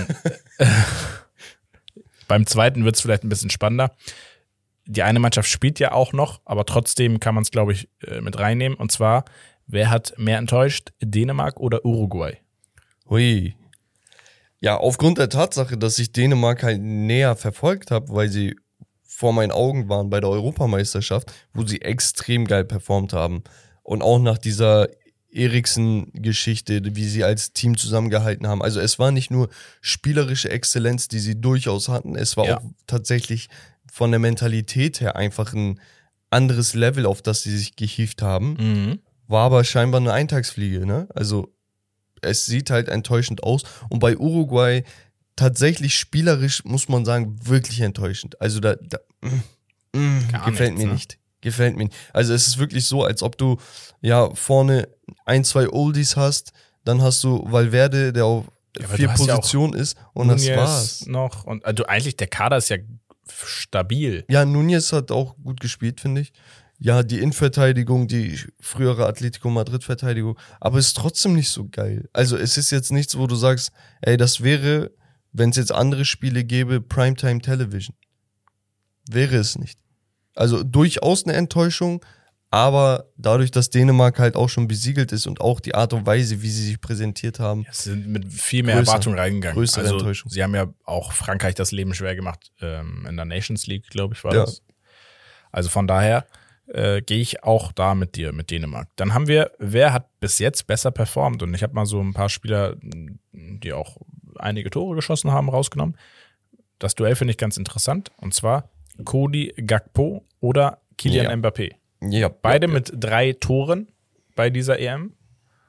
beim zweiten wird es vielleicht ein bisschen spannender. Die eine Mannschaft spielt ja auch noch, aber trotzdem kann man es, glaube ich, äh, mit reinnehmen. Und zwar, wer hat mehr enttäuscht, Dänemark oder Uruguay? Hui. Ja, aufgrund der Tatsache, dass ich Dänemark halt näher verfolgt habe, weil sie vor meinen Augen waren bei der Europameisterschaft, wo sie extrem geil performt haben. Und auch nach dieser Eriksen-Geschichte, wie sie als Team zusammengehalten haben. Also es war nicht nur spielerische Exzellenz, die sie durchaus hatten, es war Ja. auch tatsächlich von der Mentalität her einfach ein anderes Level, auf das sie sich gehievt haben. Mhm. War aber scheinbar eine Eintagsfliege, ne? Also es sieht halt enttäuschend aus. Und bei Uruguay tatsächlich spielerisch, muss man sagen, wirklich enttäuschend. Also da, da mm, mm, Gar gefällt nichts, mir ne? nicht. Gefällt mir nicht. Also es ist wirklich so, als ob du ja vorne ein, zwei Oldies hast, dann hast du Valverde, der auf Ja, aber vier du hast ja auch Positionen ist und das Nunez war's. noch. Und also eigentlich, der Kader ist ja stabil. Ja, Nunez hat auch gut gespielt, finde ich. Ja, die Innenverteidigung, die frühere Atletico Madrid-Verteidigung, aber ist trotzdem nicht so geil. Also es ist jetzt nichts, wo du sagst, ey, das wäre, wenn es jetzt andere Spiele gäbe, Primetime Television. Wäre es nicht. Also durchaus eine Enttäuschung, aber dadurch, dass Dänemark halt auch schon besiegelt ist und auch die Art und Weise, wie sie sich präsentiert haben, Sie sind mit viel mehr Größer- Erwartung reingegangen. größere Also, Enttäuschung. sie haben ja auch Frankreich das Leben schwer gemacht ähm, in der Nations League, glaube ich, war Ja. das. Also von daher äh, gehe ich auch da mit dir, mit Dänemark. Dann haben wir, wer hat bis jetzt besser performt? Und ich habe mal so ein paar Spieler, die auch einige Tore geschossen haben, rausgenommen. Das Duell finde ich ganz interessant. Und zwar Cody Gakpo oder Kylian Ja. Mbappé. ja, Beide ja, mit drei Toren bei dieser E M.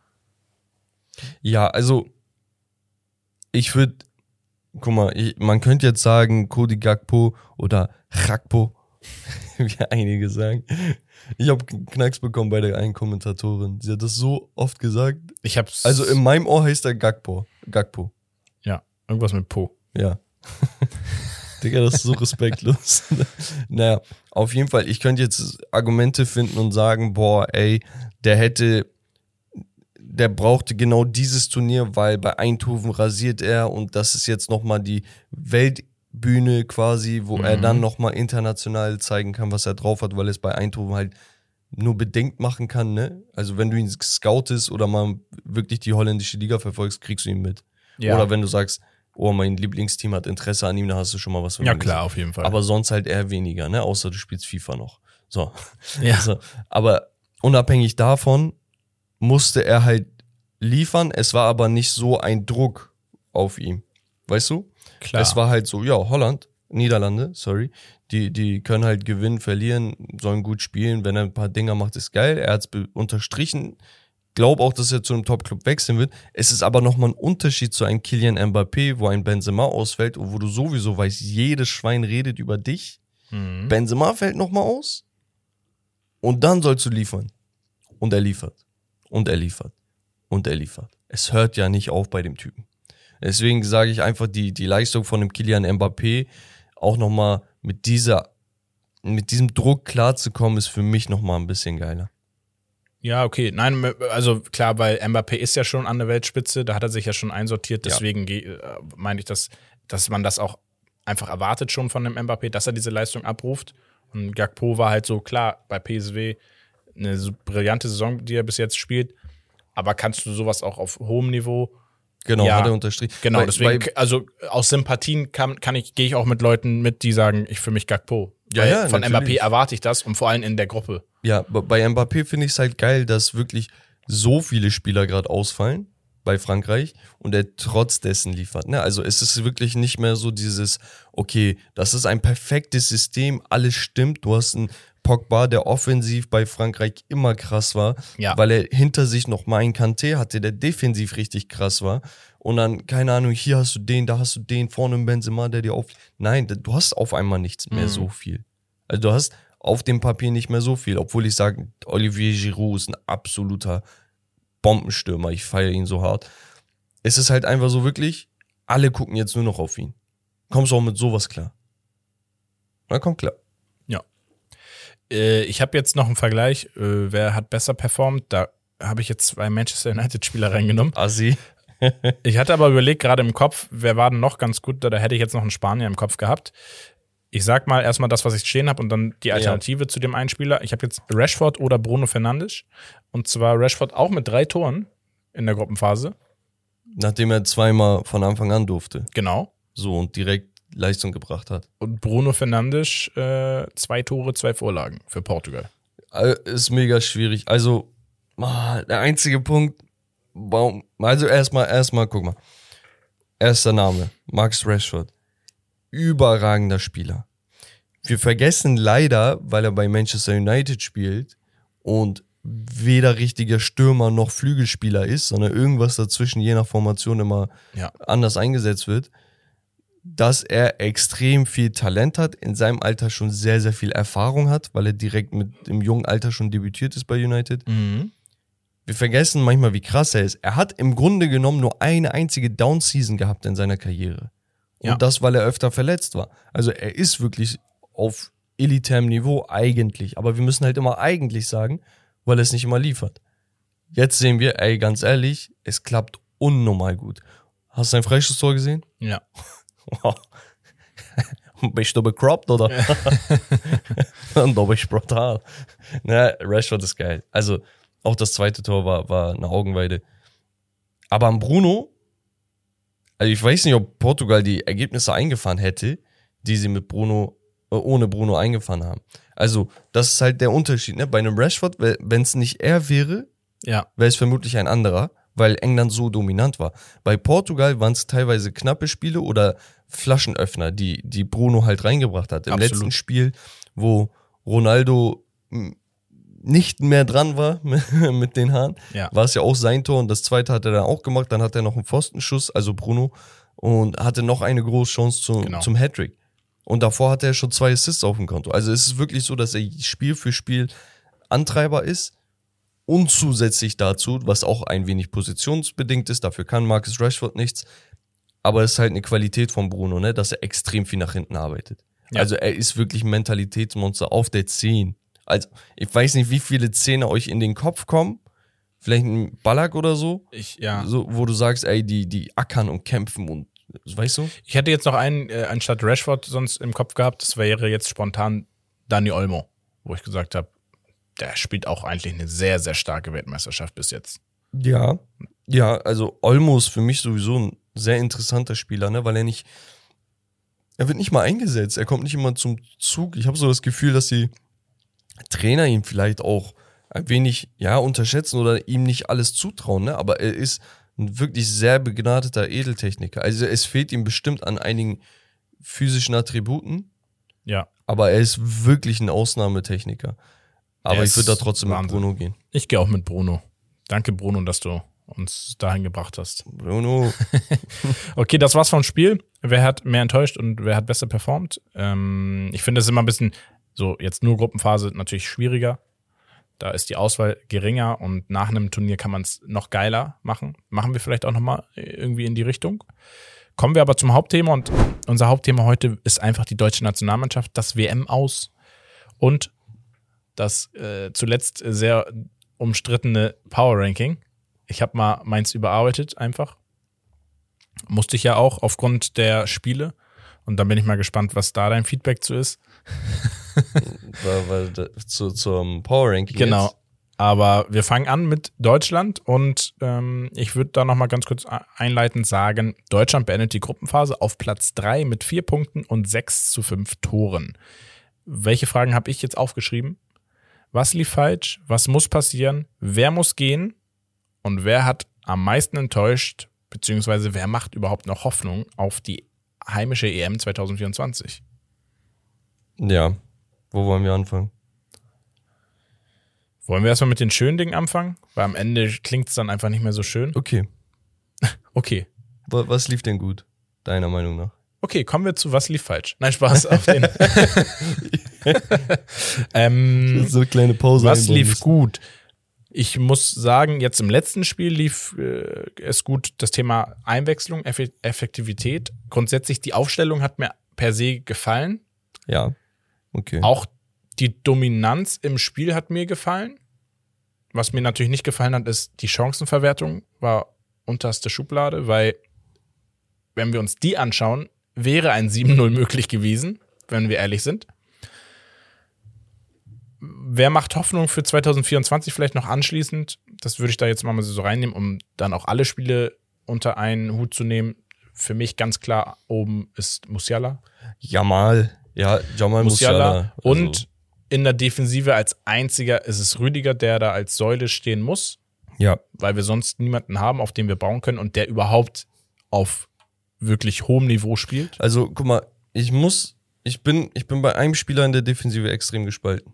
Ja, also ich würde, guck mal, ich, man könnte jetzt sagen Cody Gakpo oder Gakpo, wie einige sagen. Ich habe Knacks bekommen bei der einen Kommentatorin. Sie hat das so oft gesagt. Ich hab's. Also in meinem Ohr heißt er Gakpo. Gakpo. ja, irgendwas mit Po. Ja. Digga, das ist so respektlos. Naja, auf jeden Fall, ich könnte jetzt Argumente finden und sagen, boah, ey, der hätte, der brauchte genau dieses Turnier, weil bei Eindhoven rasiert er und das ist jetzt nochmal die Weltbühne quasi, wo Mhm. er dann nochmal international zeigen kann, was er drauf hat, weil er es bei Eindhoven halt nur bedingt machen kann, ne? Also wenn du ihn scoutest oder mal wirklich die holländische Liga verfolgst, kriegst du ihn mit. Ja. Oder wenn du sagst, oh, mein Lieblingsteam hat Interesse an ihm, da hast du schon mal was von Ja, ihm klar, gesehen. auf jeden Fall. Aber sonst halt eher weniger, ne? Außer du spielst FIFA noch. So. ja. Also, aber unabhängig davon musste er halt liefern. Es war aber nicht so ein Druck auf ihm. Weißt du? Klar. Es war halt so, ja, Holland, Niederlande, sorry, die, die können halt gewinnen, verlieren, sollen gut spielen. Wenn er ein paar Dinger macht, ist geil. Er hat es unterstrichen. Glaube auch, dass er zu einem Top-Club wechseln wird. Es ist aber nochmal ein Unterschied zu einem Kylian Mbappé, wo ein Benzema ausfällt und wo du sowieso weißt, jedes Schwein redet über dich. Mhm. Benzema fällt nochmal aus und dann sollst du liefern. Und er liefert. Und er liefert. Und er liefert. Es hört ja nicht auf bei dem Typen. Deswegen sage ich einfach, die, die Leistung von dem Kylian Mbappé auch nochmal mit dieser, mit diesem Druck klarzukommen, ist für mich nochmal ein bisschen geiler. Ja, okay. Nein, also klar, weil Mbappé ist ja schon an der Weltspitze, da hat er sich ja schon einsortiert, deswegen ja. äh, meine ich, dass, dass man das auch einfach erwartet schon von dem Mbappé, dass er diese Leistung abruft. Und Gakpo war halt so, klar, bei P S V eine so brillante Saison, die er bis jetzt spielt, aber kannst du sowas auch auf hohem Niveau? Genau, ja, hat er unterstrichen. Genau, bei, deswegen, bei, also aus Sympathien kann, kann ich, gehe ich auch mit Leuten mit, die sagen, ich für mich Gakpo. Ja, Weil ja, von natürlich. Mbappé erwarte ich das und vor allem in der Gruppe. Ja, bei Mbappé finde ich es halt geil, dass wirklich so viele Spieler gerade ausfallen bei Frankreich und er trotz dessen liefert. Ne? Also es ist wirklich nicht mehr so dieses, okay, das ist ein perfektes System, alles stimmt, du hast einen Pogba, der offensiv bei Frankreich immer krass war, Ja. weil er hinter sich noch mal einen Kanté hatte, der defensiv richtig krass war. Und dann, keine Ahnung, hier hast du den, da hast du den, vorne im Benzema, der dir auf... Nein, du hast auf einmal nichts mehr Mhm. so viel. Also du hast auf dem Papier nicht mehr so viel, obwohl ich sage, Olivier Giroud ist ein absoluter Bombenstürmer, ich feiere ihn so hart. Es ist halt einfach so wirklich, alle gucken jetzt nur noch auf ihn. Kommst du auch mit sowas klar? Na, komm klar. Ja. Äh, ich habe jetzt noch einen Vergleich, äh, wer hat besser performt, da habe ich jetzt zwei Manchester United-Spieler reingenommen. Assi. Ich hatte aber überlegt, gerade im Kopf, wer war denn noch ganz gut, da hätte ich jetzt noch einen Spanier im Kopf gehabt. Ich sag mal erstmal das, was ich stehen habe und dann die Alternative ja. zu dem einen Spieler. Ich habe jetzt Rashford oder Bruno Fernandes. Und zwar Rashford auch mit drei Toren in der Gruppenphase. Nachdem er zweimal von Anfang an durfte. Genau. So und direkt Leistung gebracht hat. Und Bruno Fernandes äh, zwei Tore, zwei Vorlagen für Portugal. Ist mega schwierig. Also, der einzige Punkt, warum, also erstmal, erstmal, guck mal. Erster Name, Marcus Rashford. Überragender Spieler. Wir vergessen leider, weil er bei Manchester United spielt und weder richtiger Stürmer noch Flügelspieler ist, sondern irgendwas dazwischen je nach Formation immer ja. anders eingesetzt wird, dass er extrem viel Talent hat, in seinem Alter schon sehr, sehr viel Erfahrung hat, weil er direkt mit im jungen Alter schon debütiert ist bei United. Mhm. Wir vergessen manchmal, wie krass er ist. Er hat im Grunde genommen nur eine einzige Down-Season gehabt in seiner Karriere. Und ja. das, weil er öfter verletzt war. Also er ist wirklich auf elitärem Niveau eigentlich. Aber wir müssen halt immer eigentlich sagen, weil er es nicht immer liefert. Jetzt sehen wir, ey, ganz ehrlich, es klappt unnormal gut. Hast du sein Freistoßtor gesehen? Ja. Bist du becroppt, oder? Ja. Und da bist du brutal. Na, Rashford ist geil. Also auch das zweite Tor war, war eine Augenweide. Aber am Bruno, also ich weiß nicht, ob Portugal die Ergebnisse eingefahren hätte, die sie mit Bruno, äh, ohne Bruno eingefahren haben. Also, das ist halt der Unterschied, ne? Bei einem Rashford, wenn es nicht er wäre, ja. wäre es vermutlich ein anderer, weil England so dominant war. Bei Portugal waren es teilweise knappe Spiele oder Flaschenöffner, die, die Bruno halt reingebracht hat. Im Absolut. letzten Spiel, wo Ronaldo nicht mehr dran war mit den Haaren, ja. war es ja auch sein Tor und das zweite hat er dann auch gemacht, dann hat er noch einen Pfostenschuss, also Bruno, und hatte noch eine große Chance zu, genau. zum Hattrick. Und davor hatte er schon zwei Assists auf dem Konto. Also es ist wirklich so, dass er Spiel für Spiel Antreiber ist und zusätzlich dazu, was auch ein wenig positionsbedingt ist, dafür kann Marcus Rashford nichts, aber es ist halt eine Qualität von Bruno, ne, dass er extrem viel nach hinten arbeitet. Ja. Also er ist wirklich ein Mentalitätsmonster auf der zehn. Also, ich weiß nicht, wie viele Zehner euch in den Kopf kommen. Vielleicht ein Ballack oder so. Ich, ja. So, wo du sagst, ey, die, die ackern und kämpfen und, weißt du? Ich hätte jetzt noch einen, äh, anstatt Rashford sonst im Kopf gehabt, das wäre jetzt spontan Dani Olmo, wo ich gesagt habe, der spielt auch eigentlich eine sehr, sehr starke Weltmeisterschaft bis jetzt. Ja, ja, also Olmo ist für mich sowieso ein sehr interessanter Spieler, ne, weil er nicht, er wird nicht mal eingesetzt, er kommt nicht immer zum Zug. Ich habe so das Gefühl, dass die Trainer ihn vielleicht auch ein wenig, ja, unterschätzen oder ihm nicht alles zutrauen, ne? Aber er ist ein wirklich sehr begnadeter Edeltechniker. Also es fehlt ihm bestimmt an einigen physischen Attributen. Ja. Aber er ist wirklich ein Ausnahmetechniker. Aber ich würde da trotzdem Wahnsinn. mit Bruno gehen. Ich gehe auch mit Bruno. Danke, Bruno, dass du uns dahin gebracht hast. Bruno. Okay, das war's vom Spiel. Wer hat mehr enttäuscht und wer hat besser performt? Ähm, ich finde es immer ein bisschen so, jetzt nur Gruppenphase natürlich schwieriger. Da ist die Auswahl geringer und nach einem Turnier kann man es noch geiler machen. Machen wir vielleicht auch nochmal irgendwie in die Richtung. Kommen wir aber zum Hauptthema und unser Hauptthema heute ist einfach die deutsche Nationalmannschaft, das W M aus und das äh, zuletzt sehr umstrittene Power-Ranking. Ich habe mal meins überarbeitet einfach. Musste ich ja auch aufgrund der Spiele. Und dann bin ich mal gespannt, was da dein Feedback zu ist. weil, weil da, zu, zum Power Ranking. Genau. Jetzt. Aber wir fangen an mit Deutschland und ähm, ich würde da nochmal ganz kurz einleitend sagen, Deutschland beendet die Gruppenphase auf Platz drei mit vier Punkten und sechs zu fünf Toren. Welche Fragen habe ich jetzt aufgeschrieben? Was lief falsch? Was muss passieren? Wer muss gehen? Und wer hat am meisten enttäuscht? Beziehungsweise wer macht überhaupt noch Hoffnung auf die heimische E M zwanzig vierundzwanzig? Ja, wo wollen wir anfangen? Wollen wir erstmal mit den schönen Dingen anfangen? Weil am Ende klingt es dann einfach nicht mehr so schön. Okay. Okay. Was lief denn gut, deiner Meinung nach? Okay, kommen wir zu was lief falsch. Nein, Spaß auf den. ähm, so eine kleine Pause. Was lief gut? Ich muss sagen, jetzt im letzten Spiel lief äh, es gut, das Thema Einwechslung, Eff- Effektivität. Grundsätzlich die Aufstellung hat mir per se gefallen. Ja, okay. Auch die Dominanz im Spiel hat mir gefallen. Was mir natürlich nicht gefallen hat, ist die Chancenverwertung war unterste Schublade, weil wenn wir uns die anschauen, wäre ein sieben null möglich gewesen, wenn wir ehrlich sind. Wer macht Hoffnung für zwanzig vierundzwanzig vielleicht noch anschließend? Das würde ich da jetzt mal so reinnehmen, um dann auch alle Spiele unter einen Hut zu nehmen. Für mich ganz klar oben ist Musiala. Jamal. Ja, Jamal Musiala. Musiala. Also. Und in der Defensive als einziger ist es Rüdiger, der da als Säule stehen muss. Ja. Weil wir sonst niemanden haben, auf den wir bauen können und der überhaupt auf wirklich hohem Niveau spielt. Also, guck mal, ich muss, ich bin, ich bin bei einem Spieler in der Defensive extrem gespalten.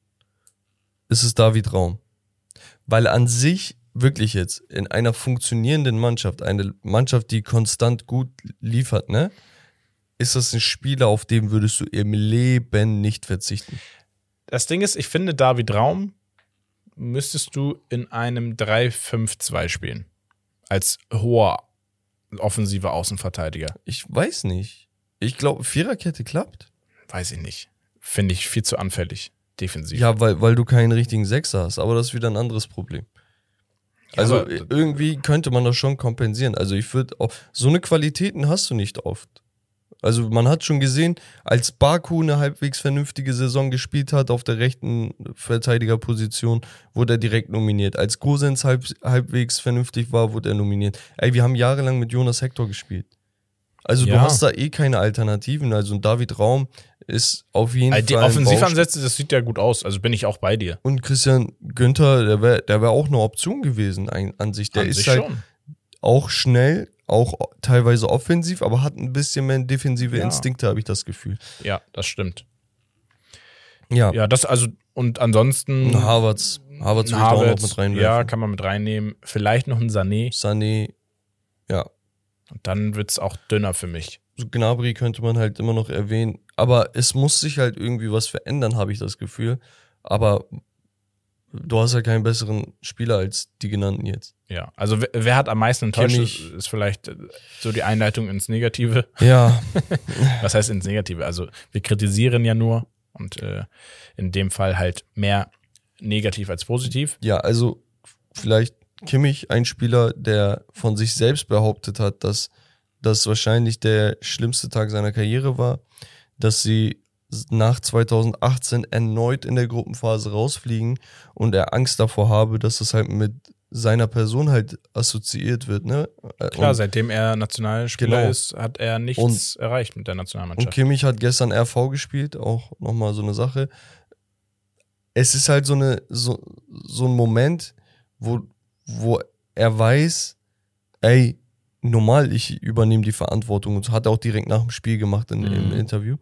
Es ist David Raum. Weil an sich, wirklich jetzt, in einer funktionierenden Mannschaft, eine Mannschaft, die konstant gut liefert, ne, ist das ein Spieler, auf den würdest du im Leben nicht verzichten. Das Ding ist, ich finde, David Raum müsstest du in einem drei fünf zwei spielen. Als hoher offensiver Außenverteidiger. Ich weiß nicht. Ich glaube, Viererkette klappt. Weiß ich nicht. Finde ich viel zu anfällig, defensiv. Ja, weil, weil du keinen richtigen Sechser hast, aber das ist wieder ein anderes Problem. Also aber irgendwie könnte man das schon kompensieren. Also ich würde auch, so eine Qualitäten hast du nicht oft. Also man hat schon gesehen, als Baku eine halbwegs vernünftige Saison gespielt hat auf der rechten Verteidigerposition, wurde er direkt nominiert. Als Gosens halb, halbwegs vernünftig war, wurde er nominiert. Ey, wir haben jahrelang mit Jonas Hector gespielt. Also Ja. du hast da eh keine Alternativen. Also ein David Raum ist auf jeden Also die Fall ein Offensivansätze, das sieht ja gut aus. Also bin ich auch bei dir. Und Christian Günther, der wäre der wär auch eine Option gewesen ein, an sich. Der An ist sich halt schon. auch schnell, auch teilweise offensiv, aber hat ein bisschen mehr defensive Ja. Instinkte, habe ich das Gefühl. Ja, das stimmt. Ja, Ja, das also, und ansonsten. ein Havertz. Havertz würde ich da auch noch mit reinwerfen. Ja, kann man mit reinnehmen. Vielleicht noch ein Sané. Sané, ja. Und dann wird es auch dünner für mich. So Gnabry könnte man halt immer noch erwähnen. Aber es muss sich halt irgendwie was verändern, habe ich das Gefühl. Aber du hast ja keinen besseren Spieler als die genannten jetzt. Ja, also wer, wer hat am meisten enttäuscht, Kimmich. ist, ist vielleicht äh, so die Einleitung ins Negative. Ja, Was heißt ins Negative? Also wir kritisieren ja nur und äh, in dem Fall halt mehr negativ als positiv. ja, also vielleicht Kimmich, ein Spieler, der von sich selbst behauptet hat, dass das wahrscheinlich der schlimmste Tag seiner Karriere war, dass sie nach zwanzig achtzehn erneut in der Gruppenphase rausfliegen und er Angst davor habe, dass das halt mit seiner Person halt assoziiert wird, ne? Klar, und, seitdem er Nationalspieler Genau. ist, hat er nichts Und- erreicht mit der und Nationalmannschaft. Kimmich hat gestern R V gespielt, auch nochmal so eine Sache. Es ist halt so eine so, so ein Moment, wo, wo er weiß, ey, normal, ich übernehme die Verantwortung und so hat er auch direkt nach dem Spiel gemacht in, Mhm. im Interview.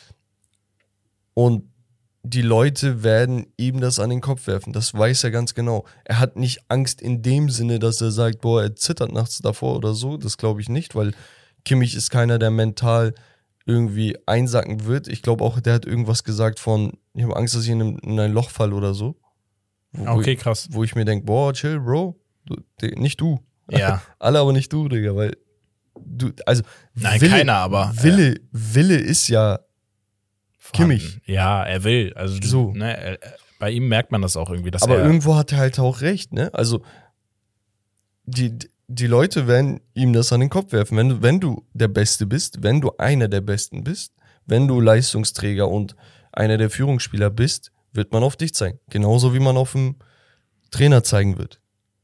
Und die Leute werden ihm das an den Kopf werfen. Das weiß er ganz genau. Er hat nicht Angst in dem Sinne, dass er sagt, boah, er zittert nachts davor oder so. Das glaube ich nicht, weil Kimmich ist keiner, der mental irgendwie einsacken wird. Ich glaube auch, der hat irgendwas gesagt von, ich habe Angst, dass ich in, einem, in ein Loch falle oder so. Wo, Okay, krass. wo ich mir denke, boah, chill, Bro. Du, de, nicht du. Ja. Alle aber nicht du, Digga, weil du, also Nein, Wille, keiner, aber. Wille, Wille ist ja vorhanden. Kimmich. Ja, er will. Also du, So. ne, er, bei ihm merkt man das auch irgendwie. Dass Aber er irgendwo hat er halt auch recht, ne? Also die, die Leute werden ihm das an den Kopf werfen. Wenn du, wenn du der Beste bist, wenn du einer der Besten bist, wenn du Leistungsträger und einer der Führungsspieler bist, wird man auf dich zeigen. Genauso wie man auf einen Trainer zeigen wird.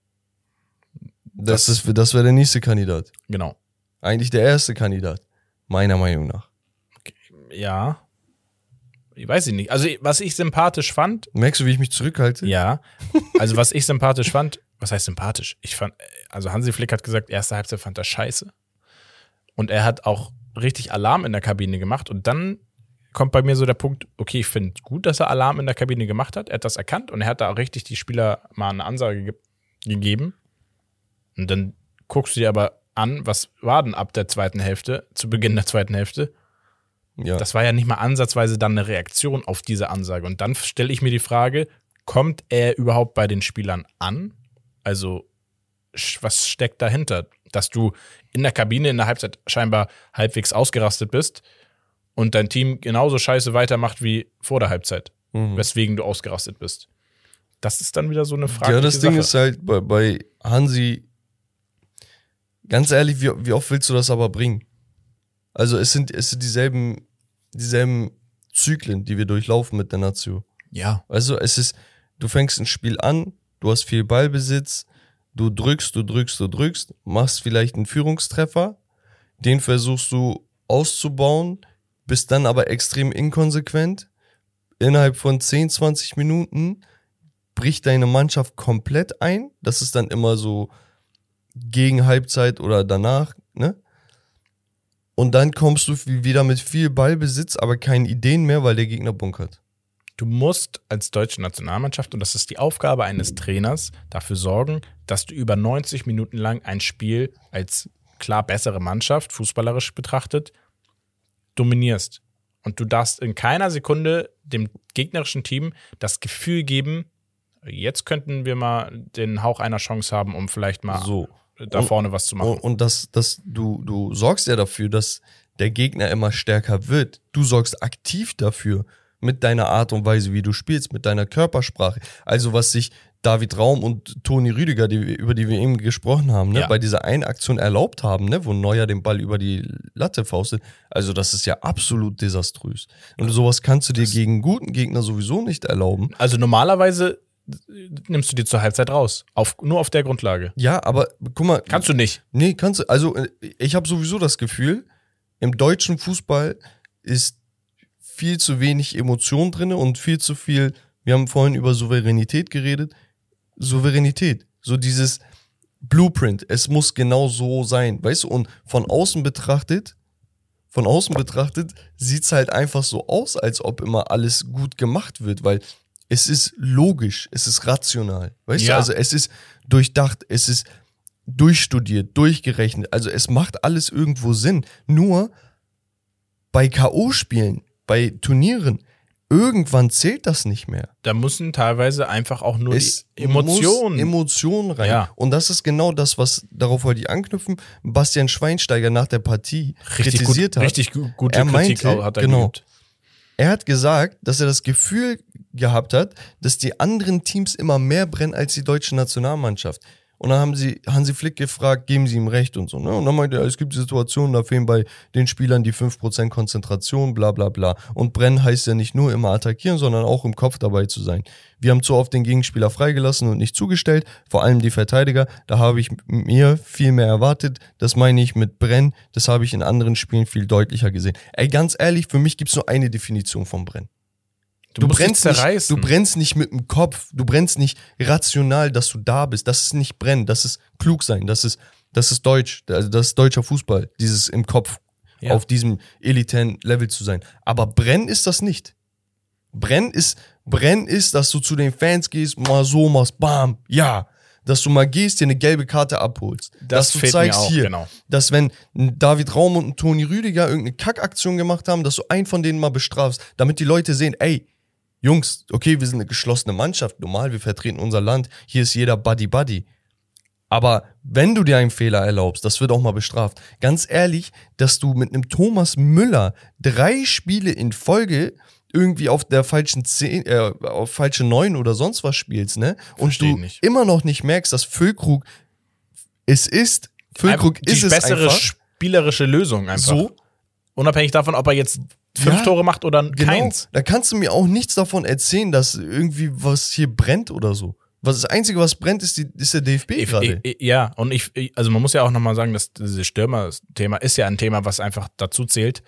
Das, Das- ist, das wäre der nächste Kandidat. Genau. Eigentlich der erste Kandidat. Meiner Meinung nach. Ja. Ich weiß ich nicht. Also, was ich sympathisch fand, Merkst du, wie ich mich zurückhalte? ja. Also, was ich sympathisch fand, was heißt sympathisch? Ich fand, also Hansi Flick hat gesagt, erste Halbzeit fand er scheiße. Und er hat auch richtig Alarm in der Kabine gemacht. Und dann kommt bei mir so der Punkt, okay, ich finde gut, dass er Alarm in der Kabine gemacht hat. Er hat das erkannt und er hat da auch richtig die Spieler mal eine Ansage ge- gegeben. Und dann guckst du dir aber an, was war denn ab der zweiten Hälfte, zu Beginn der zweiten Hälfte? Ja. Das war ja nicht mal ansatzweise dann eine Reaktion auf diese Ansage. Und dann stelle ich mir die Frage, kommt er überhaupt bei den Spielern an? Also, sch- was steckt dahinter? Dass du in der Kabine in der Halbzeit scheinbar halbwegs ausgerastet bist und dein Team genauso scheiße weitermacht wie vor der Halbzeit, Mhm. weswegen du ausgerastet bist. Das ist dann wieder so eine Frage. Ja, das Ding ist halt bei, bei Hansi, ganz ehrlich, wie, wie oft willst du das aber bringen? Also es sind, es sind dieselben, dieselben Zyklen, die wir durchlaufen mit der Nation. Ja. Also es ist, du fängst ein Spiel an, du hast viel Ballbesitz, du drückst, du drückst, du drückst, machst vielleicht einen Führungstreffer, den versuchst du auszubauen, bist dann aber extrem inkonsequent. Innerhalb von zehn, zwanzig Minuten bricht deine Mannschaft komplett ein. Das ist dann immer so gegen Halbzeit oder danach, ne? Und dann kommst du wieder mit viel Ballbesitz, aber keinen Ideen mehr, weil der Gegner bunkert. Du musst als deutsche Nationalmannschaft, und das ist die Aufgabe eines Trainers, dafür sorgen, dass du über neunzig Minuten lang ein Spiel als klar bessere Mannschaft, fußballerisch betrachtet, dominierst. Und du darfst in keiner Sekunde dem gegnerischen Team das Gefühl geben, jetzt könnten wir mal den Hauch einer Chance haben, um vielleicht mal So. da Und- vorne was zu machen. Und, und das, das, du, du sorgst ja dafür, dass der Gegner immer stärker wird. Du sorgst aktiv dafür mit deiner Art und Weise, wie du spielst, mit deiner Körpersprache. Also was sich David Raum und Toni Rüdiger, die, wir- über die wir eben gesprochen haben, ne, Ja. bei dieser einen Aktion erlaubt haben, ne, wo Neuer den Ball über die Latte faustet. Also das ist ja absolut desaströs. Und sowas kannst du dir gegen guten Gegner sowieso nicht erlauben. Also normalerweise nimmst du dir zur Halbzeit raus. Auf, nur auf der Grundlage. Ja, aber guck mal. Kannst du nicht. Nee, kannst du. Also, äh, ich habe sowieso das Gefühl, im deutschen Fußball ist viel zu wenig Emotion drin und viel zu viel. Wir haben vorhin über Souveränität geredet. Souveränität. So dieses Blueprint. Es muss genau so sein. Weißt du, und von außen betrachtet, von außen betrachtet, sieht's halt einfach so aus, als ob immer alles gut gemacht wird, weil es ist logisch, es ist rational. Weißt Ja. du, also es ist durchdacht, es ist durchstudiert, durchgerechnet. Also es macht alles irgendwo Sinn. Nur bei K O-Spielen, bei Turnieren, irgendwann zählt das nicht mehr. Da müssen teilweise einfach auch nur Es die Emotionen. muss Emotionen rein. Ja. Und das ist genau das, was, darauf wollte ich anknüpfen, Bastian Schweinsteiger nach der Partie richtig kritisiert gut, hat. richtig gu- gute Er Kritik meinte, hat er genau. geübt. Er hat gesagt, dass er das Gefühl gehabt hat, dass die anderen Teams immer mehr brennen als die deutsche Nationalmannschaft. Und dann haben sie Hansi Flick gefragt, geben sie ihm recht und so. Ne? Und dann meinte er, es gibt Situationen, da fehlen bei den Spielern die fünf Prozent Konzentration, bla bla bla. Und brennen heißt ja nicht nur immer attackieren, sondern auch im Kopf dabei zu sein. Wir haben zu oft den Gegenspieler freigelassen und nicht zugestellt, vor allem die Verteidiger. Da habe ich mir viel mehr erwartet. Das meine ich mit brennen. Das habe ich in anderen Spielen viel deutlicher gesehen. Ey, ganz ehrlich, für mich gibt es nur eine Definition von brennen. Du, Du musst dich brennst, nicht, zerreißen. du brennst nicht mit dem Kopf, du brennst nicht rational, dass du da bist. Das ist nicht brennen, das ist klug sein, das ist, das ist Deutsch, also das ist deutscher Fußball, dieses im Kopf Ja. auf diesem elitären Level zu sein. Aber brennen ist das nicht. Brennen ist, brennen ist, dass du zu den Fans gehst, mal so machst, bam, ja. Dass du mal gehst, dir eine gelbe Karte abholst. Das dass du fehlt mir zeigst auch, hier, genau. dass wenn ein David Raum und ein Toni Rüdiger irgendeine Kackaktion gemacht haben, dass du einen von denen mal bestrafst, damit die Leute sehen, ey, Jungs, okay, wir sind eine geschlossene Mannschaft, normal, wir vertreten unser Land, hier ist jeder Buddy-Buddy. Aber wenn du dir einen Fehler erlaubst, das wird auch mal bestraft. Ganz ehrlich, dass du mit einem Thomas Müller drei Spiele in Folge irgendwie auf der falschen zehn, äh, auf falsche neun oder sonst was spielst, ne? Und Versteh du nicht. immer noch nicht merkst, dass Füllkrug es ist, Füllkrug die ist es bessere einfach. spielerische Lösung einfach. So. Unabhängig davon, ob er jetzt fünf Ja, Tore macht oder Genau. keins. Da kannst du mir auch nichts davon erzählen, dass irgendwie was hier brennt oder so. Was das Einzige, was brennt, ist, die, ist der D F B Ich, gerade. ich, ja, und ich, ich- also man muss ja auch nochmal sagen, dass dieses Stürmer-Thema ist ja ein Thema, was einfach dazu zählt.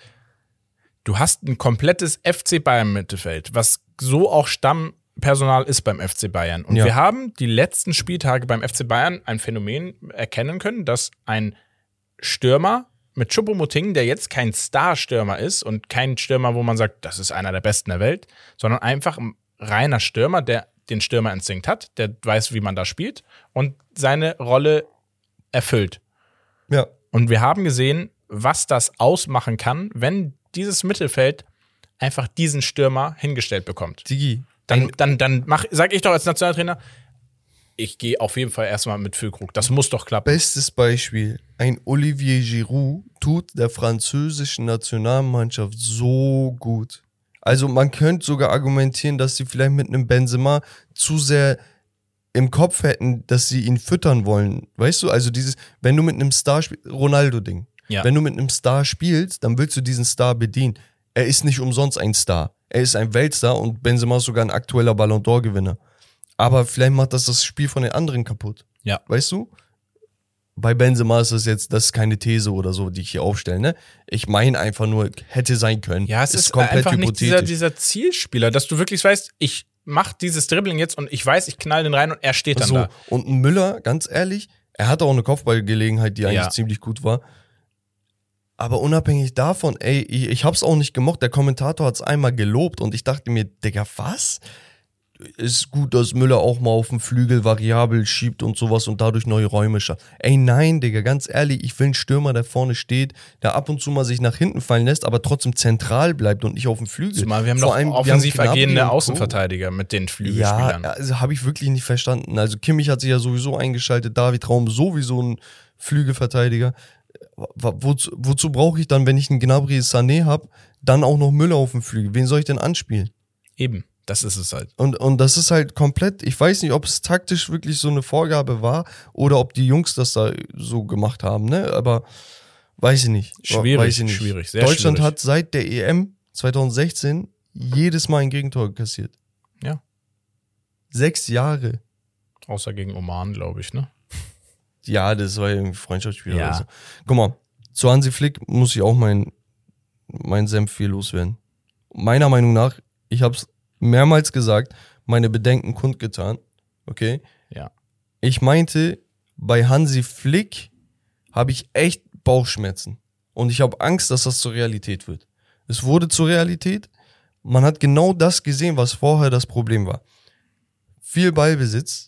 Du hast ein komplettes F C Bayern-Mittelfeld, was so auch Stammpersonal ist beim F C Bayern. Und Ja. wir haben die letzten Spieltage beim F C Bayern ein Phänomen erkennen können, dass ein Stürmer mit Choupo-Moting, der jetzt kein Star-Stürmer ist und kein Stürmer, wo man sagt, das ist einer der besten der Welt, sondern einfach ein reiner Stürmer, der den Stürmerinstinkt hat, der weiß, wie man da spielt und seine Rolle erfüllt. Ja. Und wir haben gesehen, was das ausmachen kann, wenn dieses Mittelfeld einfach diesen Stürmer hingestellt bekommt. Digi. Dann, dann, dann mach, sag ich doch als Nationaltrainer, ich gehe auf jeden Fall erstmal mit Füllkrug. Das muss doch klappen. Bestes Beispiel. Ein Olivier Giroud tut der französischen Nationalmannschaft so gut. Also man könnte sogar argumentieren, dass sie vielleicht mit einem Benzema zu sehr im Kopf hätten, dass sie ihn füttern wollen. Weißt du, also dieses, wenn du mit einem Star spielst, Ronaldo-Ding. Ja. Wenn du mit einem Star spielst, dann willst du diesen Star bedienen. Er ist nicht umsonst ein Star. Er ist ein Weltstar und Benzema ist sogar ein aktueller Ballon d'Or-Gewinner. Aber vielleicht macht das das Spiel von den anderen kaputt. Ja. Weißt du? Bei Benzema ist das jetzt, das ist keine These oder so, die ich hier aufstelle, ne? Ich meine einfach nur, hätte sein können. Ja, es ist, einfach nicht dieser, hypothetisch. dieser Zielspieler, dass du wirklich weißt, ich mach dieses Dribbling jetzt und ich weiß, ich knall den rein und er steht dann so. da. Und ein Müller, ganz ehrlich, er hatte auch eine Kopfballgelegenheit, die eigentlich Ja. ziemlich gut war. Aber unabhängig davon, ey, ich, ich hab's auch nicht gemocht. Der Kommentator hat's einmal gelobt und ich dachte mir, Digga, was? Ist gut, dass Müller auch mal auf dem Flügel variabel schiebt und sowas und dadurch neue Räume schafft. Ey, nein, Digga, ganz ehrlich, ich will einen Stürmer, der vorne steht, der ab und zu mal sich nach hinten fallen lässt, aber trotzdem zentral bleibt und nicht auf dem Flügel. Zumal wir haben Vor noch allem, wir offensiv haben Gnabry agierende und Co. Außenverteidiger mit den Ja, Flügelspielern. also habe ich wirklich nicht verstanden. Also Kimmich hat sich ja sowieso eingeschaltet, David Raum sowieso ein Flügelverteidiger. Wo- Wozu, wozu brauche ich dann, wenn ich einen Gnabry Sané habe, dann auch noch Müller auf dem Flügel? Wen soll ich denn anspielen? Eben, das ist es halt. Und, und das ist halt komplett, ich weiß nicht, ob es taktisch wirklich so eine Vorgabe war oder ob die Jungs das da so gemacht haben, ne? Aber weiß ich nicht. Schwierig, weiß ich nicht. schwierig, sehr Deutschland schwierig. hat seit der E M zwanzig sechzehn jedes Mal ein Gegentor kassiert. Ja. Sechs Jahre. Außer gegen Oman, glaube ich, ne? Ja, das war ja ein Freundschaftsspiel Ja. oder so. Guck mal, zu Hansi Flick muss ich auch mein, mein Senf hier loswerden. Meiner Meinung nach, ich habe es mehrmals gesagt, meine Bedenken kundgetan, okay? Ja. Ich meinte, bei Hansi Flick habe ich echt Bauchschmerzen. Und ich habe Angst, dass das zur Realität wird. Es wurde zur Realität. Man hat genau das gesehen, was vorher das Problem war. Viel Ballbesitz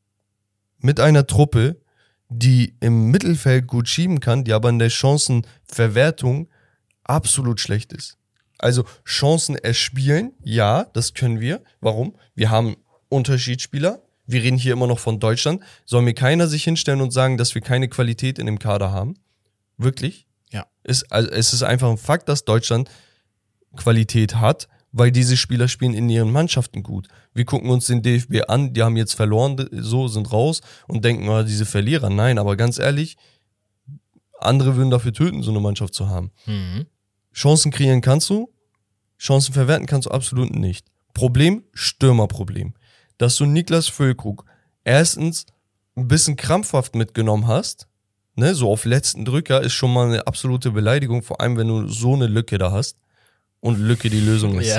mit einer Truppe, die im Mittelfeld gut schieben kann, die aber in der Chancenverwertung absolut schlecht ist. Also Chancen erspielen, ja, das können wir. Warum? Wir haben Unterschiedsspieler. Wir reden hier immer noch von Deutschland. Soll mir keiner sich hinstellen und sagen, dass wir keine Qualität in dem Kader haben? Wirklich? Ja. Es, also es ist einfach ein Fakt, dass Deutschland Qualität hat, weil diese Spieler spielen in ihren Mannschaften gut. Wir gucken uns den D F B an, die haben jetzt verloren, so sind raus und denken, oh, diese Verlierer. Nein, aber ganz ehrlich, andere würden dafür töten, so eine Mannschaft zu haben. Mhm. Chancen kreieren kannst du, Chancen verwerten kannst du absolut nicht. Problem, Stürmerproblem. Dass du Niklas Füllkrug erstens ein bisschen krampfhaft mitgenommen hast, ne, so auf letzten Drücker, ist schon mal eine absolute Beleidigung, vor allem wenn du so eine Lücke da hast und Lücke die Lösung ist. Ja.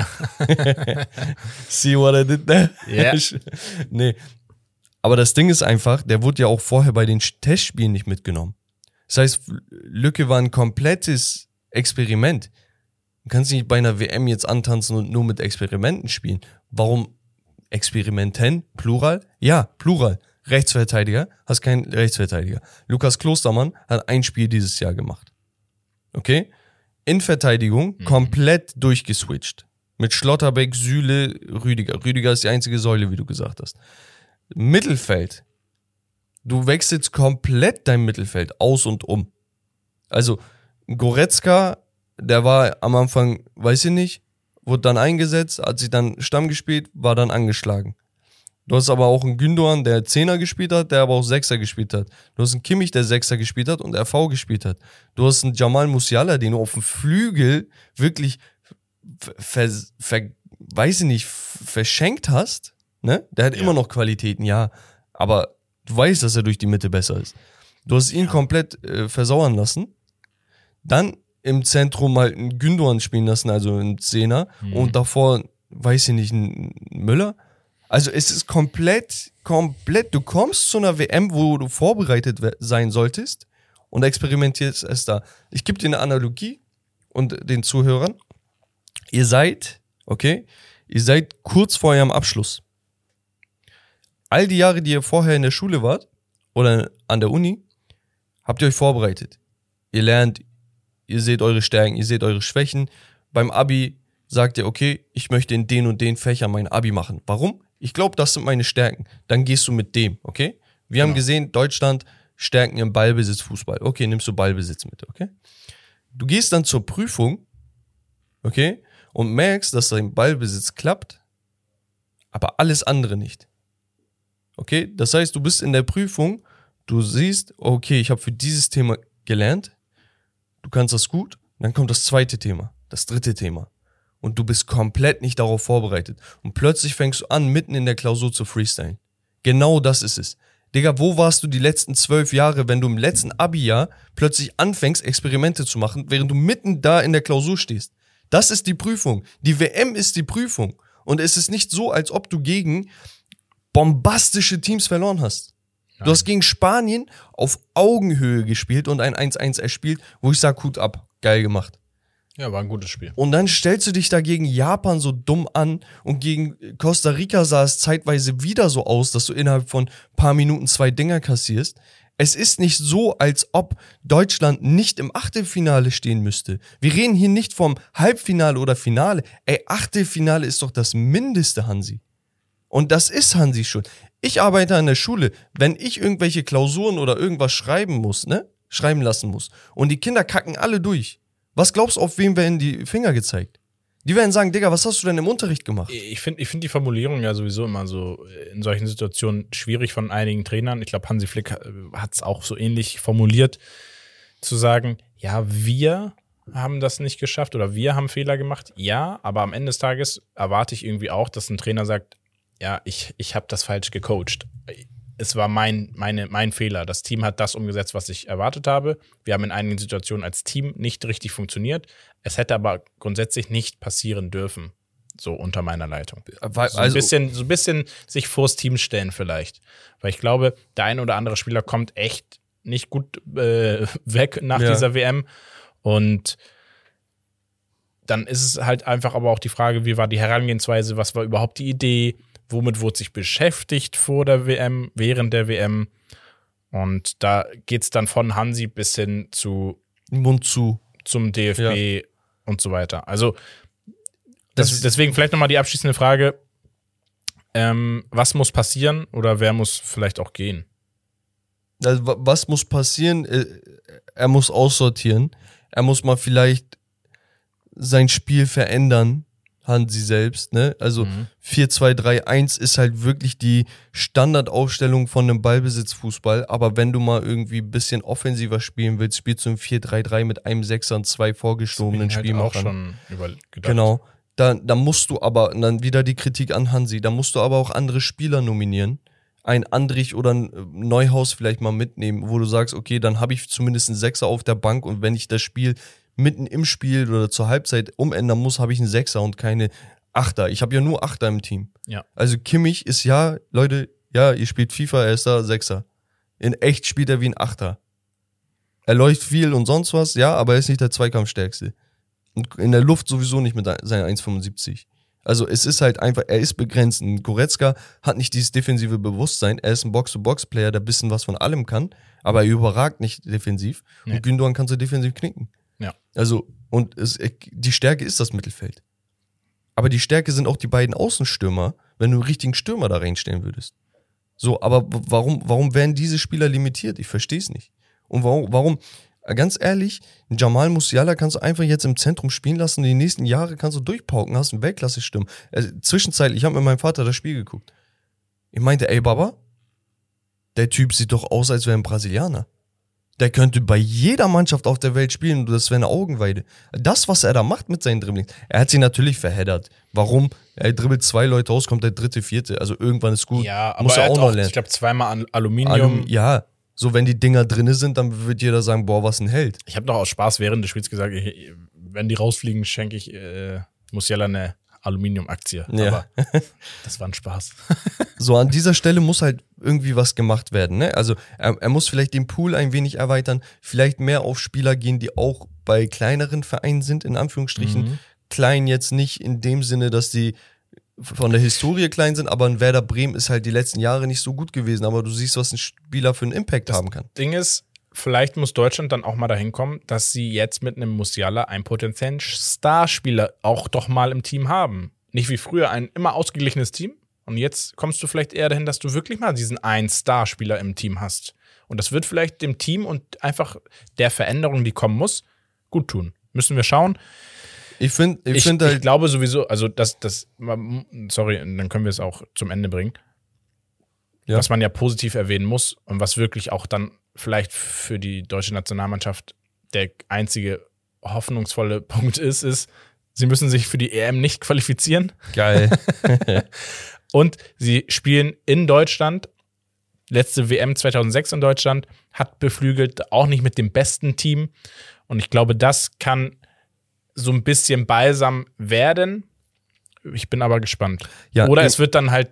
See what I did there? Ja. Nee. Aber das Ding ist einfach, der wurde ja auch vorher bei den Testspielen nicht mitgenommen. Das heißt, Lücke war ein komplettes Experiment. Du kannst nicht bei einer W M jetzt antanzen und nur mit Experimenten spielen. Warum Experimenten? Plural? Ja, Plural. Rechtsverteidiger, hast keinen Rechtsverteidiger. Lukas Klostermann hat ein Spiel dieses Jahr gemacht. Okay? In Verteidigung Mhm. komplett durchgeswitcht. Mit Schlotterbeck, Süle, Rüdiger. Rüdiger ist die einzige Säule, wie du gesagt hast. Mittelfeld. Du wechselst komplett dein Mittelfeld aus und um. Also Goretzka, der war am Anfang, weiß ich nicht, wurde dann eingesetzt, hat sich dann Stamm gespielt, war dann angeschlagen. Du hast aber auch einen Gündoğan, der Zehner gespielt hat, der aber auch Sechser gespielt hat. Du hast einen Kimmich, der Sechser gespielt hat und R V gespielt hat. Du hast einen Jamal Musiala, den du auf dem Flügel wirklich, ver, ver, weiß ich nicht, verschenkt hast. Ne? Der hat ja immer noch Qualitäten, ja. Aber du weißt, dass er durch die Mitte besser ist. Du hast ihn ja. komplett äh, versauern lassen. Dann im Zentrum halt einen Gündoğan spielen lassen, also einen Zehner. Mhm. Und davor, weiß ich nicht, einen Müller. Also es ist komplett, komplett, du kommst zu einer W M, wo du vorbereitet sein solltest und experimentierst es da. Ich gebe dir eine Analogie und den Zuhörern. Ihr seid, okay, ihr seid kurz vor eurem Abschluss. All die Jahre, die ihr vorher in der Schule wart oder an der Uni, habt ihr euch vorbereitet. Ihr lernt, ihr seht eure Stärken, ihr seht eure Schwächen. Beim Abi sagt ihr, okay, ich möchte in den und den Fächern mein Abi machen. Warum? Ich glaube, das sind meine Stärken. Dann gehst du mit dem, okay? Wir genau. haben gesehen, Deutschland, Stärken im Ballbesitz, Fußball. Okay, nimmst du Ballbesitz mit, okay? Du gehst dann zur Prüfung, okay? Und merkst, dass dein Ballbesitz klappt, aber alles andere nicht. Okay? Das heißt, du bist in der Prüfung, du siehst, okay, ich habe für dieses Thema gelernt, du kannst das gut, dann kommt das zweite Thema, das dritte Thema. Und du bist komplett nicht darauf vorbereitet. Und plötzlich fängst du an, mitten in der Klausur zu freestylen. Genau das ist es. Digga, wo warst du die letzten zwölf Jahre, wenn du im letzten Abi-Jahr plötzlich anfängst, Experimente zu machen, während du mitten da in der Klausur stehst? Das ist die Prüfung. Die W M ist die Prüfung. Und es ist nicht so, als ob du gegen bombastische Teams verloren hast. Nein. Du hast gegen Spanien auf Augenhöhe gespielt und ein eins eins erspielt, wo ich sag, Hut ab, geil gemacht. Ja, war ein gutes Spiel. Und dann stellst du dich da gegen Japan so dumm an und gegen Costa Rica sah es zeitweise wieder so aus, dass du innerhalb von ein paar Minuten zwei Dinger kassierst. Es ist nicht so, als ob Deutschland nicht im Achtelfinale stehen müsste. Wir reden hier nicht vom Halbfinale oder Finale. Ey, Achtelfinale ist doch das Mindeste, Hansi. Und das ist Hansi schon. Ich arbeite an der Schule. Wenn ich irgendwelche Klausuren oder irgendwas schreiben muss, ne, schreiben lassen muss und die Kinder kacken alle durch, was glaubst du, auf wem werden die Finger gezeigt? Die werden sagen, Digga, was hast du denn im Unterricht gemacht? Ich finde ich find die Formulierung ja sowieso immer so in solchen Situationen schwierig von einigen Trainern. Ich glaube, Hansi Flick hat es auch so ähnlich formuliert, zu sagen, ja, wir haben das nicht geschafft oder wir haben Fehler gemacht. Ja, aber am Ende des Tages erwarte ich irgendwie auch, dass ein Trainer sagt, ja, ich, ich habe das falsch gecoacht. Es war mein, meine, mein Fehler. Das Team hat das umgesetzt, was ich erwartet habe. Wir haben in einigen Situationen als Team nicht richtig funktioniert. Es hätte aber grundsätzlich nicht passieren dürfen, so unter meiner Leitung. Weil, so, ein bisschen, so ein bisschen sich vors Team stellen vielleicht. Weil ich glaube, der ein oder andere Spieler kommt echt nicht gut äh, weg nach ja. dieser W M. Und dann ist es halt einfach aber auch die Frage, wie war die Herangehensweise, was war überhaupt die Idee, womit wurde sich beschäftigt vor der W M, während der W M. Und da geht es dann von Hansi bis hin zu Mund zu zum D F B ja. und so weiter. Also das, deswegen vielleicht nochmal die abschließende Frage. Ähm, was muss passieren oder wer muss vielleicht auch gehen? Also, was muss passieren? Er muss aussortieren. Er muss mal vielleicht sein Spiel verändern. Hansi selbst, ne? Also mhm. vier zwei drei eins ist halt wirklich die Standardaufstellung von einem Ballbesitzfußball, aber wenn du mal irgendwie ein bisschen offensiver spielen willst, spielst du im vier drei drei mit einem Sechser und zwei vorgeschobenen Spielmachern. Halt auch schon übergedacht. Genau. Dann, dann musst du aber, dann wieder die Kritik an Hansi, da musst du aber auch andere Spieler nominieren. Ein Andrich oder ein Neuhaus vielleicht mal mitnehmen, wo du sagst, okay, dann habe ich zumindest einen Sechser auf der Bank und wenn ich das Spiel mitten im Spiel oder zur Halbzeit umändern muss, habe ich einen Sechser und keine Achter. Ich habe ja nur Achter im Team. Ja. Also Kimmich ist ja, Leute, ja, ihr spielt FIFA, er ist da Sechser. In echt spielt er wie ein Achter. Er läuft viel und sonst was, ja, aber er ist nicht der Zweikampfstärkste. Und in der Luft sowieso nicht mit seinen eins fünfundsiebzig. Also es ist halt einfach, er ist begrenzt. Ein Goretzka hat nicht dieses defensive Bewusstsein. Er ist ein Box-to-Box-Player, der ein bisschen was von allem kann, aber er überragt nicht defensiv. Nee. Und Gündoğan kannst du defensiv knicken. Ja. Also, und es, die Stärke ist das Mittelfeld. Aber die Stärke sind auch die beiden Außenstürmer, wenn du einen richtigen Stürmer da reinstellen würdest. So, aber warum, warum werden diese Spieler limitiert? Ich verstehe es nicht. Und warum, warum, Ganz ehrlich, Jamal Musiala kannst du einfach jetzt im Zentrum spielen lassen und die nächsten Jahre kannst du durchpauken, hast einen Weltklasse-Stimmen. Also, zwischenzeitlich, ich habe mit meinem Vater das Spiel geguckt. Ich meinte, ey Baba, der Typ sieht doch aus, als wäre er ein Brasilianer. Der könnte bei jeder Mannschaft auf der Welt spielen und das wäre eine Augenweide. Das, was er da macht mit seinen Dribblings, er hat sie natürlich verheddert. Warum? Er dribbelt zwei Leute aus, kommt der dritte, vierte. Also irgendwann ist gut. Ja, aber muss er er hat auch noch auch, lernen. ich glaube, zweimal Al- Aluminium. Alum, ja, so wenn die Dinger drinne sind, dann wird jeder sagen, boah, was ein Held. Ich habe noch aus Spaß während des Spiels gesagt, ich, wenn die rausfliegen, schenke ich äh, Musiala eine Aluminium-Aktie. Ja. Aber das war ein Spaß. So, an dieser Stelle muss halt irgendwie was gemacht werden. Ne? Also er, er muss vielleicht den Pool ein wenig erweitern, vielleicht mehr auf Spieler gehen, die auch bei kleineren Vereinen sind, in Anführungsstrichen. Mhm. Klein jetzt nicht in dem Sinne, dass die von der Historie klein sind, aber ein Werder Bremen ist halt die letzten Jahre nicht so gut gewesen. Aber du siehst, was ein Spieler für einen Impact Das haben kann. Ding ist, vielleicht muss Deutschland dann auch mal dahin kommen, dass sie jetzt mit einem Musiala einen potenziellen Starspieler auch doch mal im Team haben. Nicht wie früher ein immer ausgeglichenes Team. Und jetzt kommst du vielleicht eher dahin, dass du wirklich mal diesen einen Starspieler im Team hast. Und das wird vielleicht dem Team und einfach der Veränderung, die kommen muss, gut tun. Müssen wir schauen. Ich finde ich Ich, find ich halt, glaube sowieso, also das, das, sorry, dann können wir es auch zum Ende bringen. Ja. Was man ja positiv erwähnen muss und was wirklich auch dann vielleicht für die deutsche Nationalmannschaft der einzige hoffnungsvolle Punkt ist, ist, sie müssen sich für die E M nicht qualifizieren. geil. Und sie spielen in Deutschland, letzte W M zweitausendsechs in Deutschland, hat beflügelt, auch nicht mit dem besten Team. Und ich glaube, das kann so ein bisschen balsam werden. Ich bin aber gespannt. Ja, Oder ich- es wird dann halt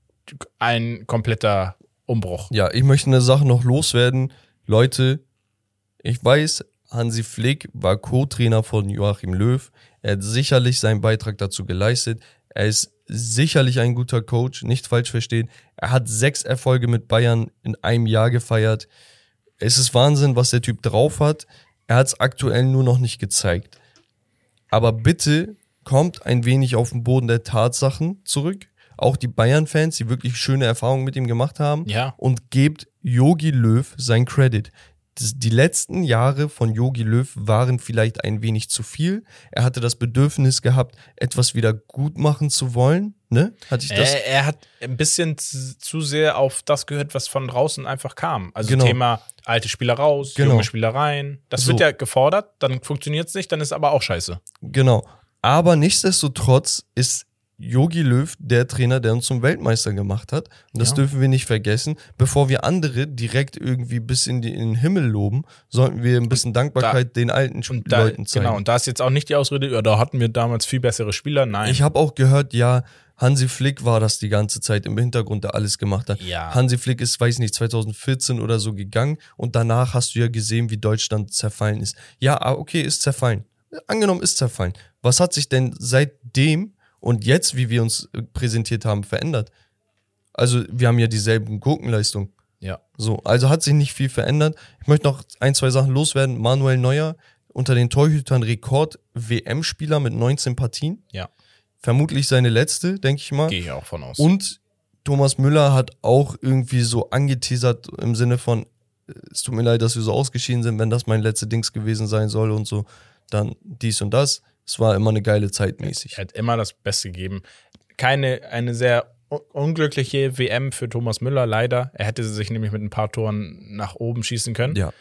ein kompletter Umbruch. Ja, ich möchte eine Sache noch loswerden. Leute, ich weiß, Hansi Flick war Co-Trainer von Joachim Löw. Er hat sicherlich seinen Beitrag dazu geleistet. Er ist sicherlich ein guter Coach, nicht falsch verstehen. Er hat sechs Erfolge mit Bayern in einem Jahr gefeiert. Es ist Wahnsinn, was der Typ drauf hat. Er hat es aktuell nur noch nicht gezeigt. Aber bitte kommt ein wenig auf den Boden der Tatsachen zurück. Auch die Bayern-Fans, die wirklich schöne Erfahrungen mit ihm gemacht haben. Ja. Und gebt Jogi Löw sein Credit. Das, die letzten Jahre von Jogi Löw waren vielleicht ein wenig zu viel. Er hatte das Bedürfnis gehabt, etwas wieder gut machen zu wollen. Ne? Hatte ich das? Er, er hat ein bisschen zu, zu sehr auf das gehört, was von draußen einfach kam. Also Genau. Thema alte Spieler raus, Genau. junge Spieler rein. Das So. wird ja gefordert, dann funktioniert es nicht, dann ist aber auch scheiße. Genau. Aber nichtsdestotrotz ist Jogi Löw der Trainer, der uns zum Weltmeister gemacht hat. Und das Ja. dürfen wir nicht vergessen. Bevor wir andere direkt irgendwie bis in, die, in den Himmel loben, sollten wir ein bisschen Dankbarkeit den alten Sp- Und da, Leuten zeigen. genau, und da ist jetzt auch nicht die Ausrede, ja, da hatten wir damals viel bessere Spieler. Nein. Ich habe auch gehört, ja, Hansi Flick war das die ganze Zeit im Hintergrund, der alles gemacht hat. Ja. Hansi Flick ist, weiß nicht, zweitausendvierzehn oder so gegangen und danach hast du ja gesehen, wie Deutschland zerfallen ist. Ja, ah, okay, ist zerfallen. Angenommen, ist zerfallen. Was hat sich denn seitdem und jetzt, wie wir uns äh, präsentiert haben, verändert? Also, wir haben ja dieselben Gurkenleistungen. ja. So, also hat sich nicht viel verändert. Ich möchte noch ein, zwei Sachen loswerden. Manuel Neuer, unter den Torhütern Rekord-W M-Spieler mit neunzehn Partien. Ja. Vermutlich seine letzte, denke ich mal. Gehe ich auch von aus. Und Thomas Müller hat auch irgendwie so angeteasert im Sinne von, äh, es tut mir leid, dass wir so ausgeschieden sind, wenn das mein letzter Dings gewesen sein soll und so, dann dies und das. Es war immer eine geile Zeit mäßig. Er hat immer das Beste gegeben. Keine, eine sehr un- unglückliche W M für Thomas Müller, leider. Er hätte sich nämlich mit ein paar Toren nach oben schießen können. Ja,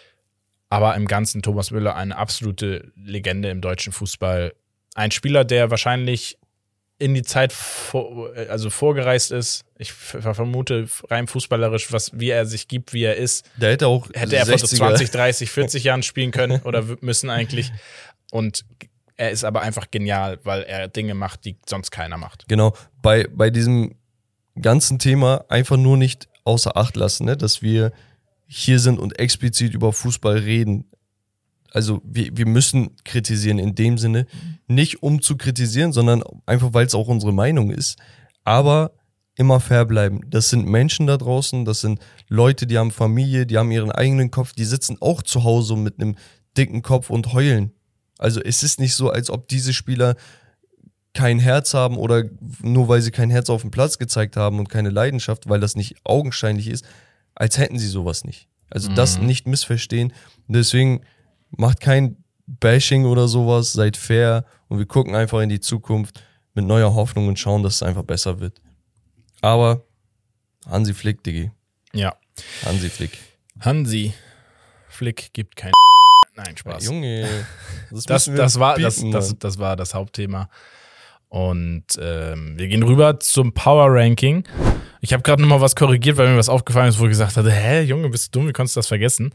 Aber im Ganzen Thomas Müller eine absolute Legende im deutschen Fußball. Ein Spieler, der wahrscheinlich in die Zeit vor, also vorgereist ist. Ich f- vermute rein fußballerisch, was, wie er sich gibt, wie er ist. der hätte auch Hätte er vor so sechziger zwanzig, dreißig, vierzig Jahren spielen können oder w- müssen eigentlich. Und er ist aber einfach genial, weil er Dinge macht, die sonst keiner macht. Genau, bei, bei diesem ganzen Thema einfach nur nicht außer Acht lassen, ne? Dass wir hier sind und explizit über Fußball reden. Also wir, wir müssen kritisieren in dem Sinne, nicht um zu kritisieren, sondern einfach, weil es auch unsere Meinung ist. Aber immer fair bleiben. Das sind Menschen da draußen, das sind Leute, die haben Familie, die haben ihren eigenen Kopf, die sitzen auch zu Hause mit einem dicken Kopf und heulen. Also es ist nicht so, als ob diese Spieler kein Herz haben oder nur weil sie kein Herz auf dem Platz gezeigt haben und keine Leidenschaft, weil das nicht augenscheinlich ist, als hätten sie sowas nicht. Also das nicht missverstehen. Deswegen macht kein Bashing oder sowas, seid fair und wir gucken einfach in die Zukunft mit neuer Hoffnung und schauen, dass es einfach besser wird. Aber Hansi Flick, Diggi. Ja. Hansi Flick. Hansi Flick gibt kein Nein, Spaß. Ja, Junge, das, das, müssen wir das, war, bieten, das, das, das war das Hauptthema. Und ähm, wir gehen rüber zum Power Ranking. Ich habe gerade nochmal was korrigiert, weil mir was aufgefallen ist, wo ich gesagt hatte, hä, Junge, bist du dumm, wie konntest du das vergessen?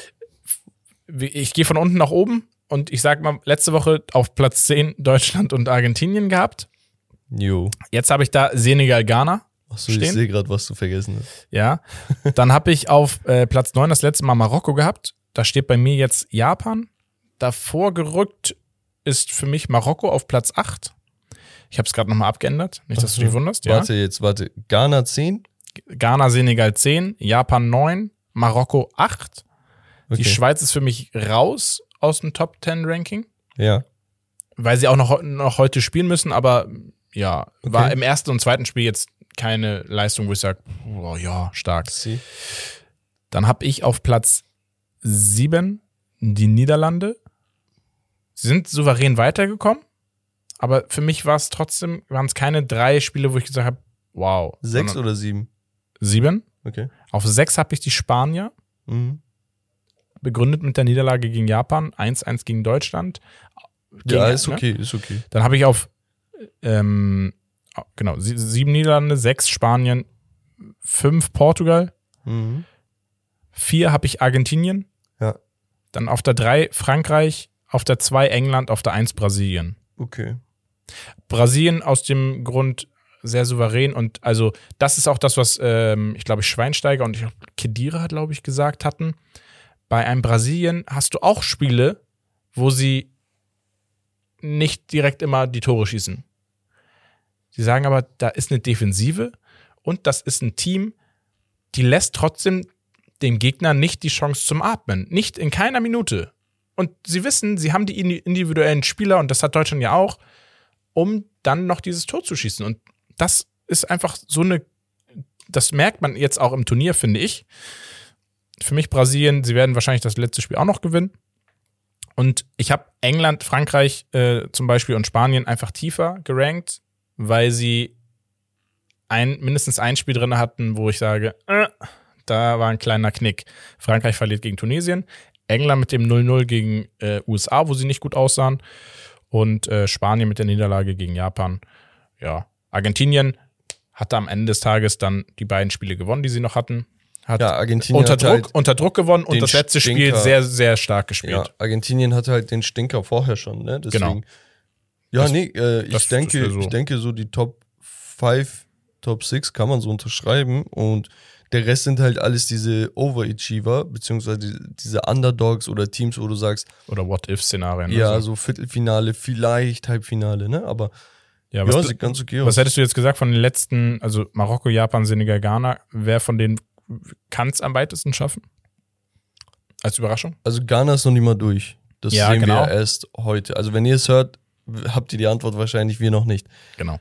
Ich gehe von unten nach oben und ich sag mal, letzte Woche auf Platz zehn Deutschland und Argentinien gehabt. Jo. Jetzt habe ich da Senegal, Ghana. Achso, stehen. Ich sehe gerade, was du vergessen hast. Ja. Dann habe ich auf äh, Platz neun das letzte Mal Marokko gehabt. Da steht bei mir jetzt Japan. Davor gerückt ist für mich Marokko auf Platz acht. Ich habe es gerade nochmal abgeändert. Nicht, dass Achso. du dich wunderst. Ja. Warte jetzt, warte. Ghana zehn? Ghana, Senegal zehn, Japan neun, Marokko acht. Okay. Die Schweiz ist für mich raus aus dem Top zehn Ranking, Ja. weil sie auch noch, noch heute spielen müssen, aber ja, Okay. war im ersten und zweiten Spiel jetzt keine Leistung, wo ich sage, oh, ja, stark. Sie. Dann habe ich auf Platz sieben die Niederlande. Sie sind souverän weitergekommen, aber für mich war es trotzdem, waren es keine drei Spiele, wo ich gesagt habe, wow. Sechs sondern oder sieben? sieben. Okay. Auf sechs habe ich die Spanier. Mhm. Begründet mit der Niederlage gegen Japan, eins eins gegen Deutschland. Gegen, Ja, ist ne? okay, ist okay. Dann habe ich auf ähm, genau, sie- sieben Niederlande, sechs Spanien, fünf Portugal, Mhm. vier habe ich Argentinien, Ja, dann auf der drei Frankreich, auf der zwei England, auf der eins Brasilien. okay. Brasilien aus dem Grund sehr souverän und also das ist auch das, was ähm, ich glaube Schweinsteiger und ich glaub, Khedira, glaube ich, gesagt hatten. Bei einem Brasilien hast du auch Spiele, wo sie nicht direkt immer die Tore schießen. Sie sagen aber, da ist eine Defensive und das ist ein Team, die lässt trotzdem dem Gegner nicht die Chance zum Atmen. Nicht in keiner Minute. Und sie wissen, sie haben die individuellen Spieler und das hat Deutschland ja auch, um dann noch dieses Tor zu schießen. Und das ist einfach so eine, das merkt man jetzt auch im Turnier, finde ich. Für mich Brasilien, sie werden wahrscheinlich das letzte Spiel auch noch gewinnen. Und ich habe England, Frankreich äh, zum Beispiel und Spanien einfach tiefer gerankt, weil sie ein, mindestens ein Spiel drin hatten, wo ich sage, äh, da war ein kleiner Knick. Frankreich verliert gegen Tunesien, England mit dem null null gegen äh, U S A, wo sie nicht gut aussahen und äh, Spanien mit der Niederlage gegen Japan. Ja, Argentinien hatte am Ende des Tages dann die beiden Spiele gewonnen, die sie noch hatten. Hat Ja, Argentinien unter hat Druck, halt unter Druck gewonnen und den das letzte Spiel Stinker. sehr, sehr stark gespielt. Ja, Argentinien hatte halt den Stinker vorher schon, ne? Deswegen, Genau. Ja, Das- nee, äh, ich das- das denke, wär so. ich denke so die Top fünf, Top sechs kann man so unterschreiben und der Rest sind halt alles diese Overachiever, beziehungsweise die, diese Underdogs oder Teams, wo du sagst, Oder What-If-Szenarien. ja, also. so Viertelfinale, vielleicht Halbfinale, ne? Aber ja, ja, was, du, sieht ganz okay was aus. hättest du jetzt gesagt von den letzten, also Marokko, Japan, Senegal, Ghana, wer von denen kann es am weitesten schaffen? Als Überraschung? Also Ghana ist noch nicht mal durch. Das Ja, sehen genau. wir erst heute. Also wenn ihr es hört, habt ihr die Antwort wahrscheinlich, wir noch nicht. Genau.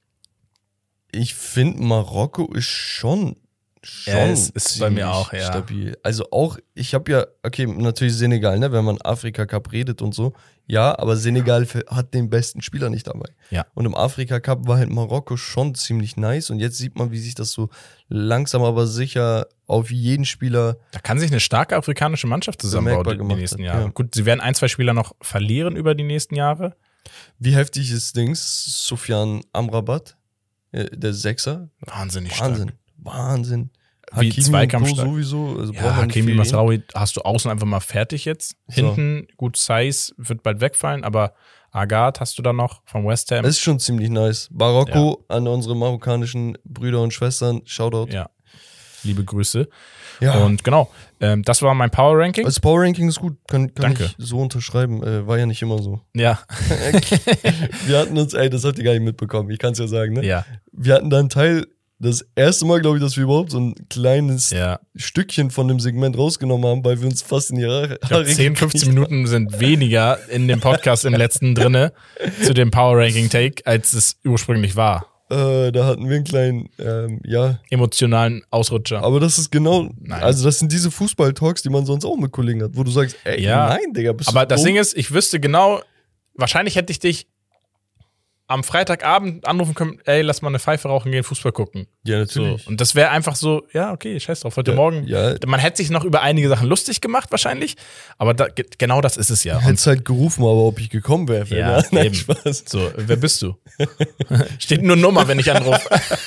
Ich finde, Marokko ist schon, schon Ja, es ist bei mir ziemlich auch, ja. stabil. Also auch, ich habe ja, okay, natürlich Senegal, ne, wenn man Afrika Cup redet und so, ja, aber Senegal hat den besten Spieler nicht dabei. Ja. Und im Afrika Cup war halt Marokko schon ziemlich nice und jetzt sieht man, wie sich das so langsam aber sicher auf jeden Spieler. Da kann sich eine starke afrikanische Mannschaft zusammenbauen Bemerkbar in den gemacht nächsten hat, Jahren. ja. Gut, sie werden ein, zwei Spieler noch verlieren über die nächsten Jahre. Wie heftig ist Dings? Sufjan Amrabat, äh, der Sechser. Wahnsinnig stark. Wahnsinn, Wahnsinn. Wie Hakimi Zweikampf und Co. stark. sowieso. Also braucht Ja, man nicht Hakimi viel reden. Masraoui hast du außen einfach mal fertig jetzt. So. Hinten, gut, Saiz wird bald wegfallen, aber Agard hast du da noch von West Ham. Das ist schon ziemlich nice. Marokko an unsere marokkanischen Brüder und Schwestern. Shoutout. Ja, liebe Grüße. Ja. Und genau, ähm, das war mein Power Ranking. Das Power Ranking ist gut. Kann, kann Danke. ich so unterschreiben. Äh, war ja nicht immer so. Ja, Wir hatten uns, ey, das habt ihr gar nicht mitbekommen. Ich kann es ja sagen, ne? ja, Wir hatten da einen Teil, das erste Mal, glaube ich, dass wir überhaupt so ein kleines ja. Stückchen von dem Segment rausgenommen haben, weil wir uns fast in die Haare Ich glaube, zehn, fünfzehn gekriegt Minuten sind weniger in dem Podcast im letzten drinne zu dem Power Ranking Take, als es ursprünglich war. Äh, da hatten wir einen kleinen, ähm, ja. Emotionalen Ausrutscher. Aber das ist genau, Nein. also das sind diese Fußball-Talks, die man sonst auch mit Kollegen hat, wo du sagst, ey, Ja. nein, Digga, bist Aber du das dumm? Ding ist, ich wüsste genau, wahrscheinlich hätte ich dich am Freitagabend anrufen können, ey, lass mal eine Pfeife rauchen gehen, Fußball gucken. Ja, So. natürlich. Und das wäre einfach so, ja, okay, scheiß drauf, heute Ja, Morgen. ja. Man hätte sich noch über einige Sachen lustig gemacht, wahrscheinlich, aber da, ge- genau das ist es ja. Ich hätte halt gerufen, aber ob ich gekommen wäre. Ja, nein, eben. Spaß. So, wer bist du? Steht nur Nummer, wenn ich anrufe.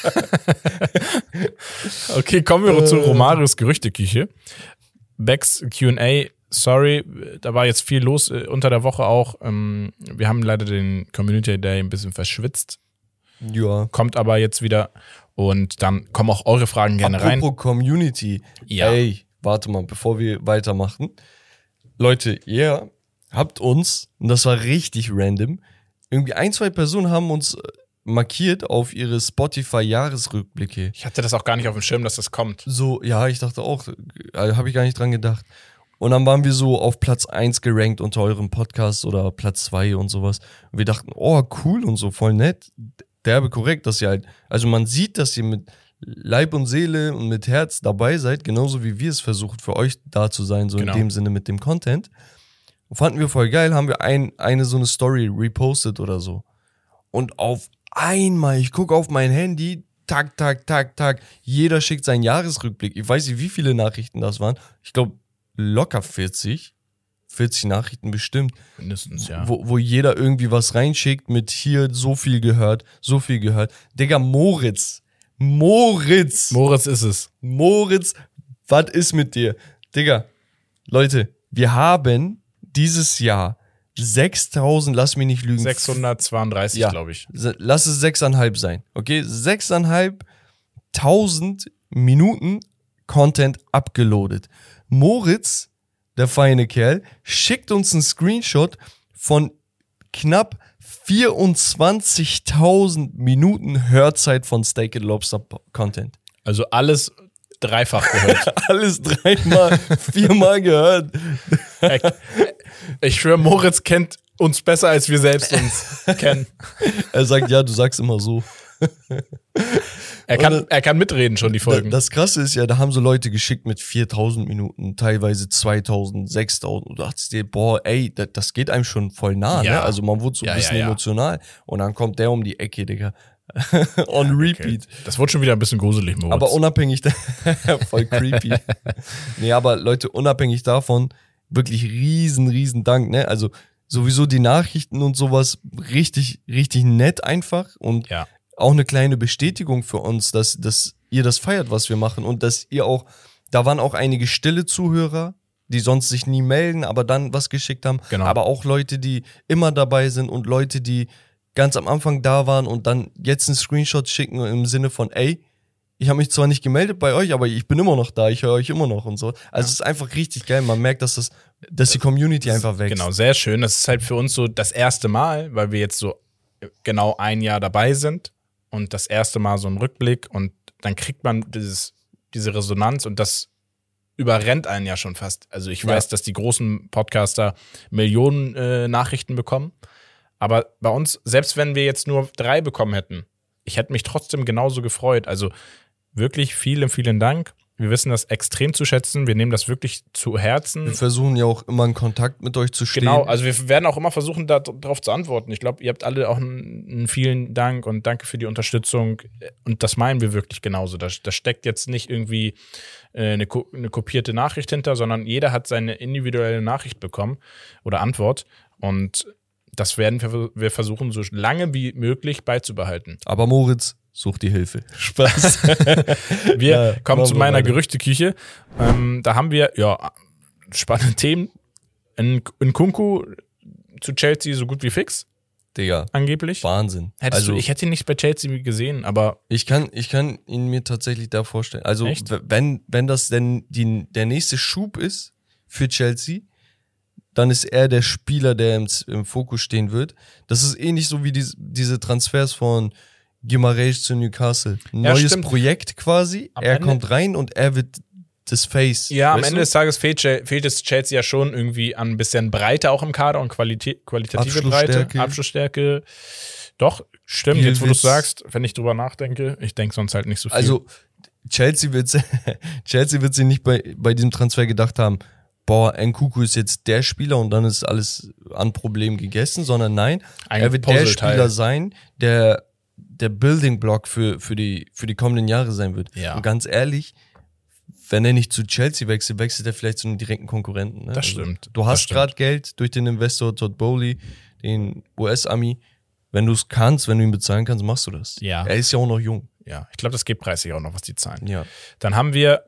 Okay, kommen wir zu Romarios Gerüchteküche. Becks Q und A, sorry, da war jetzt viel los äh, unter der Woche auch. Ähm, wir haben leider den Community Day ein bisschen verschwitzt, Ja. kommt aber jetzt wieder und dann kommen auch eure Fragen gerne rein. Apropos Community. Ja. Ey, warte mal, bevor wir weitermachen. Leute, ihr habt uns, und das war richtig random, irgendwie ein, zwei Personen haben uns äh, markiert auf ihre Spotify-Jahresrückblicke. Ich hatte das auch gar nicht auf dem Schirm, dass das kommt. So, ja, ich dachte auch, äh, habe ich gar nicht dran gedacht. Und dann waren wir so auf Platz eins gerankt unter eurem Podcast oder Platz zwei und sowas. Und wir dachten, oh, cool und so, voll nett. Derbe korrekt, dass ihr halt, also man sieht, dass ihr mit Leib und Seele und mit Herz dabei seid, genauso wie wir es versuchen, für euch da zu sein, so Genau. in dem Sinne mit dem Content. Und fanden wir voll geil, haben wir ein, eine so eine Story repostet oder so. Und auf einmal, ich gucke auf mein Handy, tak, tak, tak, tak, jeder schickt seinen Jahresrückblick. Ich weiß nicht, wie viele Nachrichten das waren. Ich glaube, locker vierzig. vierzig Nachrichten bestimmt. Mindestens, ja. Wo, wo jeder irgendwie was reinschickt mit hier so viel gehört, so viel gehört. Digga, Moritz. Moritz. Moritz ist es. Moritz, was ist mit dir? Digga, Leute, wir haben dieses Jahr sechstausend, lass mich nicht lügen. sechshundertzweiunddreißig, Ja. glaube ich. Se- Lass es sechseinhalb sein, okay? Sechseinhalb tausend Minuten Content abgeloadet. Moritz, der feine Kerl, schickt uns einen Screenshot von knapp vierundzwanzigtausend Minuten Hörzeit von Steak and Lobster Content. Also alles dreifach gehört. Alles dreimal, viermal gehört. Ich schwöre, Moritz kennt uns besser, als wir selbst uns kennen. Er sagt, ja, du sagst immer so. Er kann, Und, er kann mitreden schon, die Folgen. Das Krasse ist ja, da haben so Leute geschickt mit viertausend Minuten, teilweise zweitausend, sechstausend. Und du dachtest dir, boah, ey, das, das geht einem schon voll nah, Ja. ne? Also man wurde so ein Ja, bisschen ja, ja. emotional. Und dann kommt der um die Ecke, Digga. On repeat. Okay. Das wurde schon wieder ein bisschen gruselig, Moritz. Aber unabhängig, da voll creepy. Nee, aber Leute, unabhängig davon, wirklich riesen, riesen Dank, ne? Also sowieso die Nachrichten und sowas, richtig, richtig nett einfach und ja. auch eine kleine Bestätigung für uns, dass, dass ihr das feiert, was wir machen und dass ihr auch, da waren auch einige stille Zuhörer, die sonst sich nie melden, aber dann was geschickt haben, Genau. aber auch Leute, die immer dabei sind und Leute, die ganz am Anfang da waren und dann jetzt einen Screenshot schicken im Sinne von, ey, ich habe mich zwar nicht gemeldet bei euch, aber ich bin immer noch da, ich höre euch immer noch und so. Also Ja. es ist einfach richtig geil, man merkt, dass, das, dass die Community einfach wächst. Genau, sehr schön. Das ist halt für uns so das erste Mal, weil wir jetzt so genau ein Jahr dabei sind und das erste Mal so ein Rückblick und dann kriegt man dieses, diese Resonanz und das überrennt einen ja schon fast. Also ich Ja. weiß, dass die großen Podcaster Millionen äh, Nachrichten bekommen, aber bei uns, selbst wenn wir jetzt nur drei bekommen hätten, ich hätte mich trotzdem genauso gefreut. Also wirklich vielen, vielen Dank. Wir wissen das extrem zu schätzen. Wir nehmen das wirklich zu Herzen. Wir versuchen ja auch immer in Kontakt mit euch zu stehen. Genau, also wir werden auch immer versuchen, darauf zu antworten. Ich glaube, ihr habt alle auch einen, einen vielen Dank und danke für die Unterstützung. Und das meinen wir wirklich genauso. Da, da steckt jetzt nicht irgendwie äh, eine, ko- eine kopierte Nachricht hinter, sondern jeder hat seine individuelle Nachricht bekommen oder Antwort. Und das werden wir, wir versuchen, so lange wie möglich beizubehalten. Aber Moritz, such die Hilfe. Spaß. Wir Ja, kommen machen zu wir meiner weiter. Gerüchteküche. Ähm, da haben wir, ja, spannende Themen. In, in Kunku zu Chelsea so gut wie fix, Digga, angeblich. Wahnsinn. Hättest also du, ich hätte ihn nicht bei Chelsea gesehen, aber ich kann, ich kann ihn mir tatsächlich da vorstellen. Also Echt? w- wenn, wenn das denn die, der nächste Schub ist für Chelsea, dann ist er der Spieler, der im, im Fokus stehen wird. Das ist ähnlich so wie diese, diese Transfers von Guimaraes zu Newcastle. Ein Ja, neues stimmt. Projekt quasi. Am er Ende- kommt rein und er wird das Face. ja, am weißt Ende du? des Tages fehlt, Chel- fehlt es Chelsea ja schon irgendwie an ein bisschen Breite auch im Kader und Qualitä- qualitative Abschlussstärke. Breite, Abschlussstärke. Doch, Stimmt, jetzt wo du es Spielwitz. sagst, wenn ich drüber nachdenke, ich denke sonst halt nicht so viel. Also Chelsea wird Chelsea wird sich nicht bei, bei diesem Transfer gedacht haben, boah, Nkunku ist jetzt der Spieler und dann ist alles an Problemen gegessen, sondern nein, Ein er wird der Puzzleteil. Spieler sein, der der Building Block für, für, die, für die kommenden Jahre sein wird. Ja. Und ganz ehrlich, wenn er nicht zu Chelsea wechselt, wechselt er vielleicht zu einem direkten Konkurrenten. Ne? Das stimmt. Du Das hast stimmt. gerade Geld durch den Investor Todd Bowley, den U S-Ami. Wenn du es kannst, wenn du ihn bezahlen kannst, machst du das. Ja. Er ist ja auch noch jung. Ja, ich glaube, das geht preislich auch noch, was die zahlen. Ja. Dann haben wir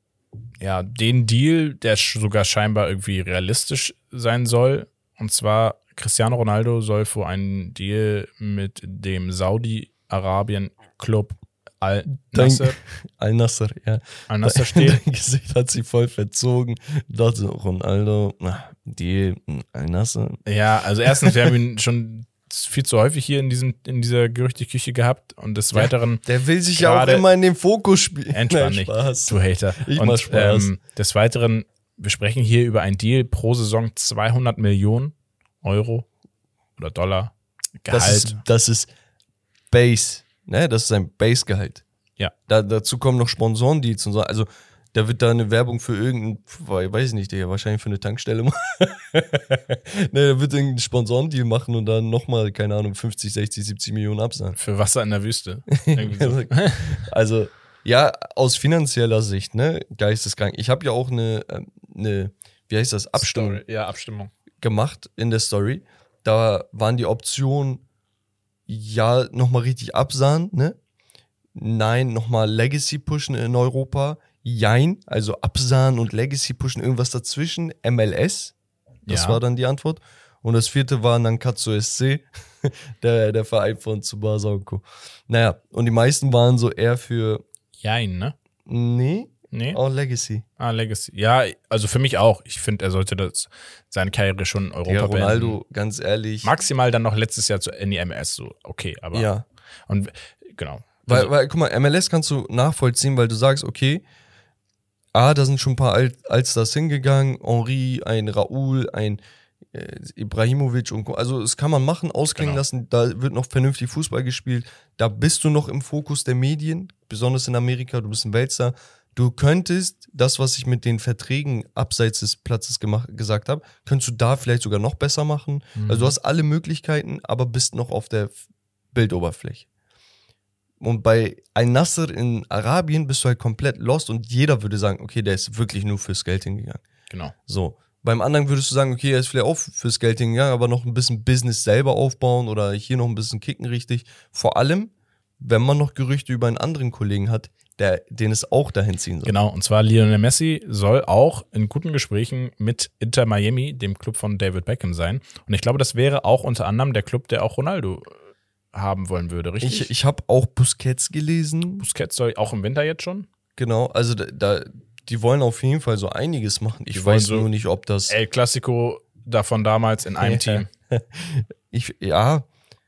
ja den Deal, der sch- sogar scheinbar irgendwie realistisch sein soll. Und zwar Cristiano Ronaldo soll für einen Deal mit dem Saudi-Arabien-Club Al-Nassr Al-Nassr, ja. Al-Nassr stehen. Dein Gesicht hat sich voll verzogen. Ich dachte so, Ronaldo, na, die Al-Nassr. Ja, also erstens, wir haben ihn schon viel zu häufig hier in, diesem, in dieser Gerüchteküche gehabt und des Weiteren, Der will sich ja auch Gerade- immer in den Fokus spielen. Entspann Nein, dich, Spaß. du Hater. Ich und mach Spaß. Ähm, des Weiteren, wir sprechen hier über ein Deal pro Saison zweihundert Millionen Euro oder Dollar Gehalt. Das ist, das ist Base, ne? Das ist sein Base-Gehalt. Ja. Da, dazu kommen noch Sponsorendeals und so. Also, da wird da eine Werbung für irgendein, weiß ich nicht, der wahrscheinlich für eine Tankstelle machen. Ne, da wird irgendeinen Sponsorendeal machen und dann nochmal, keine Ahnung, fünfzig, sechzig, siebzig Millionen absagen. Für Wasser in der Wüste. Irgendwie so. Also, ja, aus finanzieller Sicht, ne, geisteskrank. Ich habe ja auch eine, ähm, eine, wie heißt das, Abstimmung Story. Ja, Abstimmung. gemacht in der Story. Da waren die Optionen, ja, nochmal richtig absahen, ne? Nein, nochmal Legacy pushen in Europa. Jein, also absahen und Legacy pushen, irgendwas dazwischen. M L S, das Ja. war dann die Antwort. Und das vierte war Nankatsu S C, der, der Verein von Tsubasa und Co. Naja, und die meisten waren so eher für, Jein, ne? nee, Nee? auch Legacy. Ah, Legacy. Ja, also für mich auch. Ich finde, er sollte das, seine Karriere schon in Europa Ja, beenden. Ronaldo, ganz ehrlich. Maximal dann noch letztes Jahr zu, in die M L S, so okay, aber. Ja. Und genau. Weil, Also, weil, guck mal, M L S kannst du nachvollziehen, weil du sagst, okay, ah, da sind schon ein paar Al Allstars hingegangen, Henry, ein Raoul, ein äh, Ibrahimovic und Co. Also das kann man machen, ausklingen Genau. lassen, da wird noch vernünftig Fußball gespielt, da bist du noch im Fokus der Medien, besonders in Amerika, du bist ein Weltstar. Du könntest das, was ich mit den Verträgen abseits des Platzes gemacht, gesagt habe, könntest du da vielleicht sogar noch besser machen. Mhm. Also du hast alle Möglichkeiten, aber bist noch auf der F- Bildoberfläche. Und bei Al-Nassr in Arabien bist du halt komplett lost und jeder würde sagen, okay, der ist wirklich nur fürs Geld hingegangen. genau. So. Beim anderen würdest du sagen, okay, er ist vielleicht auch fürs Geld hingegangen, aber noch ein bisschen Business selber aufbauen oder hier noch ein bisschen kicken richtig. Vor allem, wenn man noch Gerüchte über einen anderen Kollegen hat, der, den es auch dahin ziehen soll. Genau, und zwar Lionel Messi soll auch in guten Gesprächen mit Inter Miami, dem Club von David Beckham, sein. Und ich glaube, das wäre auch unter anderem der Club, der auch Ronaldo haben wollen würde, richtig? Ich, ich habe auch Busquets gelesen. Busquets soll auch im Winter jetzt schon? Genau, also da, da die wollen auf jeden Fall so einiges machen. Ich Die wollen weiß so nur nicht, ob das. El Clasico davon damals in einem Team. Ich, ja.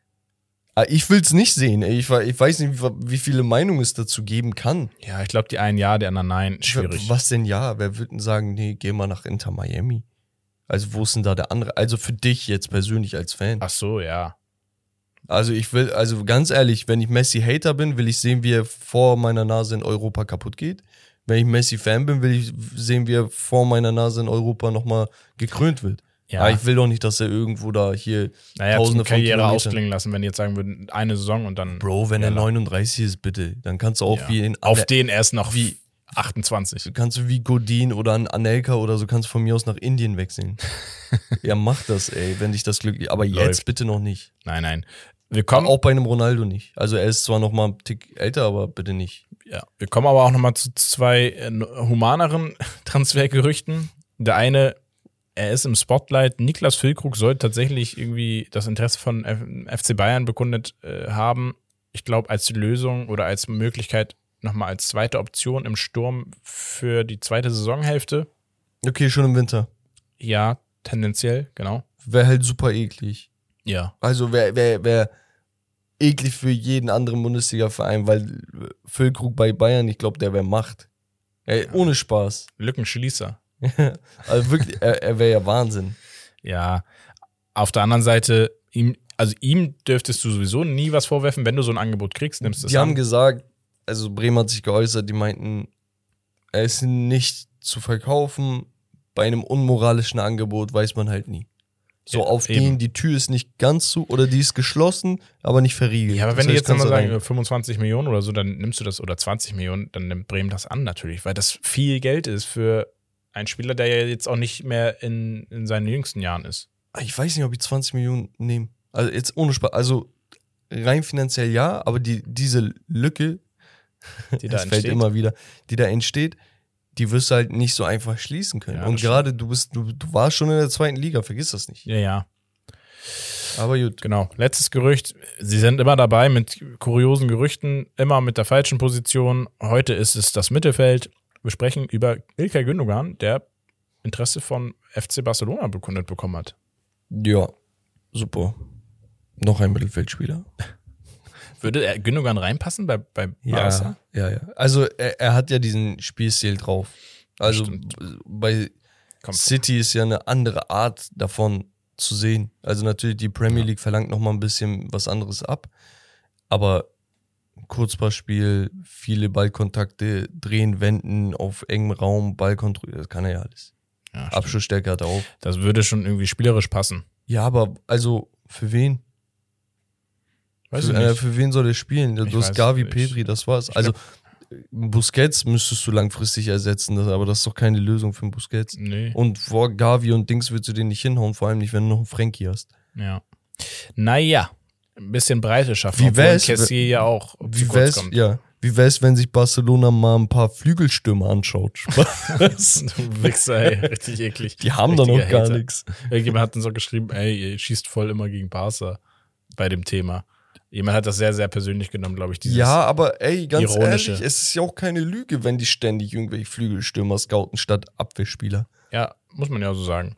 Ah, Ich will es nicht sehen. ey. Ich, we- ich weiß nicht, wie, wie viele Meinungen es dazu geben kann. Ja, ich glaube, die einen ja, die anderen nein. Schwierig. Was denn ja? Wer würde denn sagen, nee, geh mal nach Inter Miami? Also, wo ist denn da der andere? Also für dich jetzt persönlich als Fan. Ach so, ja. Also ich will, also ganz ehrlich, wenn ich Messi-Hater bin, will ich sehen, wie er vor meiner Nase in Europa kaputt geht. Wenn ich Messi-Fan bin, will ich sehen, wie er vor meiner Nase in Europa nochmal gekrönt wird. Ja. Aber ich will doch nicht, dass er irgendwo da hier Naja, Tausende zum von Karriere Kilometern- ausklingen lassen, wenn die jetzt sagen würden, eine Saison und dann. Bro, wenn er Ja, neununddreißig ist, bitte, dann kannst du auch ja. wie in Auf Ane- den erst noch wie achtundzwanzig. kannst du wie Godin oder ein Anelka oder so, kannst du von mir aus nach Indien wechseln. Ja, mach das, ey, wenn dich das glücklich. Aber jetzt Läuft. bitte noch nicht. Nein, nein. Wir kommen, Auch bei einem Ronaldo nicht. Also er ist zwar noch mal ein Tick älter, aber bitte nicht. ja, wir kommen aber auch nochmal zu zwei äh, humaneren Transfergerüchten. Der eine, er ist im Spotlight. Niklas Füllkrug soll tatsächlich irgendwie das Interesse von F- F C Bayern bekundet äh, haben. Ich glaube, als Lösung oder als Möglichkeit nochmal als zweite Option im Sturm für die zweite Saisonhälfte. Okay, schon im Winter. Ja, tendenziell, genau. Wäre halt super eklig. Ja. Also wäre wär, wär eklig für jeden anderen Bundesliga-Verein, weil Füllkrug bei Bayern, ich glaube, der wäre Macht. Ey, ohne Spaß. Lückenschließer. Also wirklich, er, er wäre ja Wahnsinn. Ja. Auf der anderen Seite, ihm, also ihm dürftest du sowieso nie was vorwerfen, wenn du so ein Angebot kriegst, nimmst du es Die an. haben gesagt, also Bremen hat sich geäußert, die meinten, er ist nicht zu verkaufen, bei einem unmoralischen Angebot weiß man halt nie. So Ja, auf eben. den, die Tür ist nicht ganz zu, oder die ist geschlossen, aber nicht verriegelt. Ja, aber Das wenn die heißt, jetzt nochmal kannst du sagen, rein. fünfundzwanzig Millionen oder so, dann nimmst du das, oder zwanzig Millionen, dann nimmt Bremen das an natürlich, weil das viel Geld ist für einen Spieler, der ja jetzt auch nicht mehr in, in seinen jüngsten Jahren ist. Ich weiß nicht, ob ich zwanzig Millionen nehme. Also jetzt ohne Spaß, also rein finanziell ja, aber die, diese Lücke, Die da es fällt entsteht. immer wieder, die da entsteht, die wirst du halt nicht so einfach schließen können. Ja, Und das gerade du bist, du, du warst schon in der zweiten Liga, vergiss das nicht. Ja, ja. Aber gut. Genau. Letztes Gerücht. Sie sind immer dabei mit kuriosen Gerüchten, immer mit der falschen Position. Heute ist es das Mittelfeld. Wir sprechen über İlkay Gündoğan, der Interesse von F C Barcelona bekundet bekommen hat. Ja, super. Noch ein Mittelfeldspieler. Würde er Gündoğan reinpassen bei, bei Barca? Ja, ja, ja. Also er, er hat ja diesen Spielstil drauf. Also Stimmt. bei Kommt. City ist ja eine andere Art davon zu sehen. Also natürlich, die Premier League verlangt noch mal ein bisschen was anderes ab. Aber Kurzpassspiel, viele Ballkontakte, drehen, wenden auf engem Raum, Ballkontrolle, das kann er ja alles. Ja, stimmt. Abschlussstärke hat er auch. Das würde schon irgendwie spielerisch passen. Ja, aber also für wen? Weiß für, ich äh, nicht. für wen soll er spielen? Du Ich hast weiß Gavi, nicht. Pedri, das war's. Ich Also Busquets müsstest du langfristig ersetzen, das, aber das ist doch keine Lösung für einen Busquets. Nee. Und vor Gavi und Dings würdest du den nicht hinhauen, vor allem nicht, wenn du noch einen Frankie hast. Ja. Naja, ein bisschen Breite schaffen. Wie obwohl wär's, Kessier ja auch zu Wie kurz wär's, kommt. ja, wie wär's, wenn sich Barcelona mal ein paar Flügelstürmer anschaut? Spaß. Du Wichser, ey, richtig eklig. Die haben da noch Richtiger gar Hater. nichts. Irgendjemand hat uns auch geschrieben, ey, ihr schießt voll immer gegen Barca bei dem Thema. Jemand hat das sehr, sehr persönlich genommen, glaube ich. Dieses, Ja, aber ey, ganz Ironische. ehrlich, es ist ja auch keine Lüge, wenn die ständig irgendwelche Flügelstürmer scouten statt Abwehrspieler. ja, muss man ja so sagen.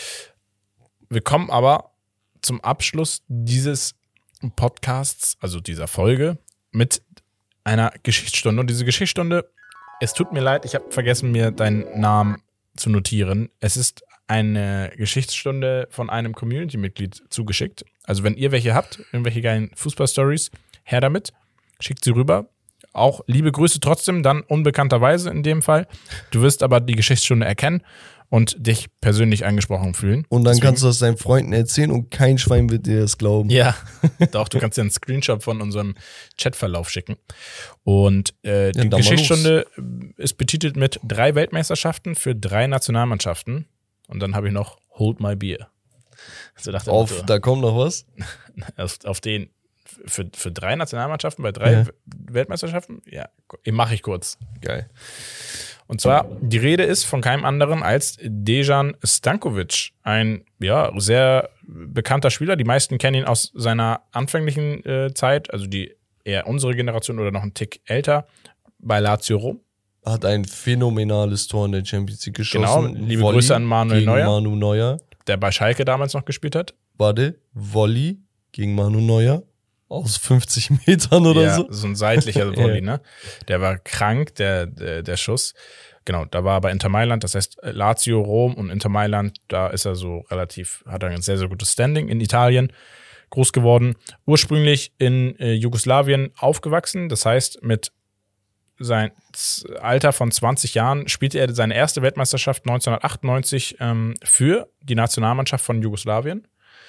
Wir kommen aber zum Abschluss dieses Podcasts, also dieser Folge, mit einer Geschichtsstunde. Und diese Geschichtsstunde, es tut mir leid, ich habe vergessen, mir deinen Namen zu notieren. Es ist eine Geschichtsstunde von einem Community-Mitglied zugeschickt. Also wenn ihr welche habt, irgendwelche geilen Fußball-Stories, her damit, schickt sie rüber. Auch liebe Grüße trotzdem, dann unbekannterweise in dem Fall. Du wirst aber die Geschichtsstunde erkennen und dich persönlich angesprochen fühlen. Und dann Deswegen- kannst du das deinen Freunden erzählen und kein Schwein wird dir das glauben. Ja, doch, du kannst dir einen Screenshot von unserem Chatverlauf schicken. Und äh, die dann mal Geschichtsstunde ist betitelt mit drei Weltmeisterschaften für drei Nationalmannschaften. Und dann habe ich noch Hold My Beer. So dachte Auf, ich, da kommt noch was. auf, auf den für, für drei Nationalmannschaften bei drei Ja. Weltmeisterschaften? Ja, mache ich kurz. Geil. Und zwar, die Rede ist von keinem anderen als Dejan Stankovic, ein ja sehr bekannter Spieler. Die meisten kennen ihn aus seiner anfänglichen äh, Zeit, also die eher unsere Generation oder noch einen Tick älter, bei Lazio Rom. Hat ein phänomenales Tor in der Champions League geschossen. Genau, liebe Grüße an Manuel gegen Neuer. Manu Neuer. Der bei Schalke damals noch gespielt hat. Warte, Volley gegen Manu Neuer. Aus fünfzig Metern oder ja, so. so ein seitlicher Volley, Ja. ne? Der war krank, der, der, der Schuss. Genau, da war er bei Inter Mailand, das heißt Lazio, Rom und Inter Mailand, da ist er so relativ, hat er ein sehr, sehr gutes Standing in Italien, groß geworden. Ursprünglich in äh, Jugoslawien aufgewachsen, das heißt mit sein Alter von zwanzig Jahren spielte er seine erste Weltmeisterschaft neunzehnhundertachtundneunzig ähm, für die Nationalmannschaft von Jugoslawien.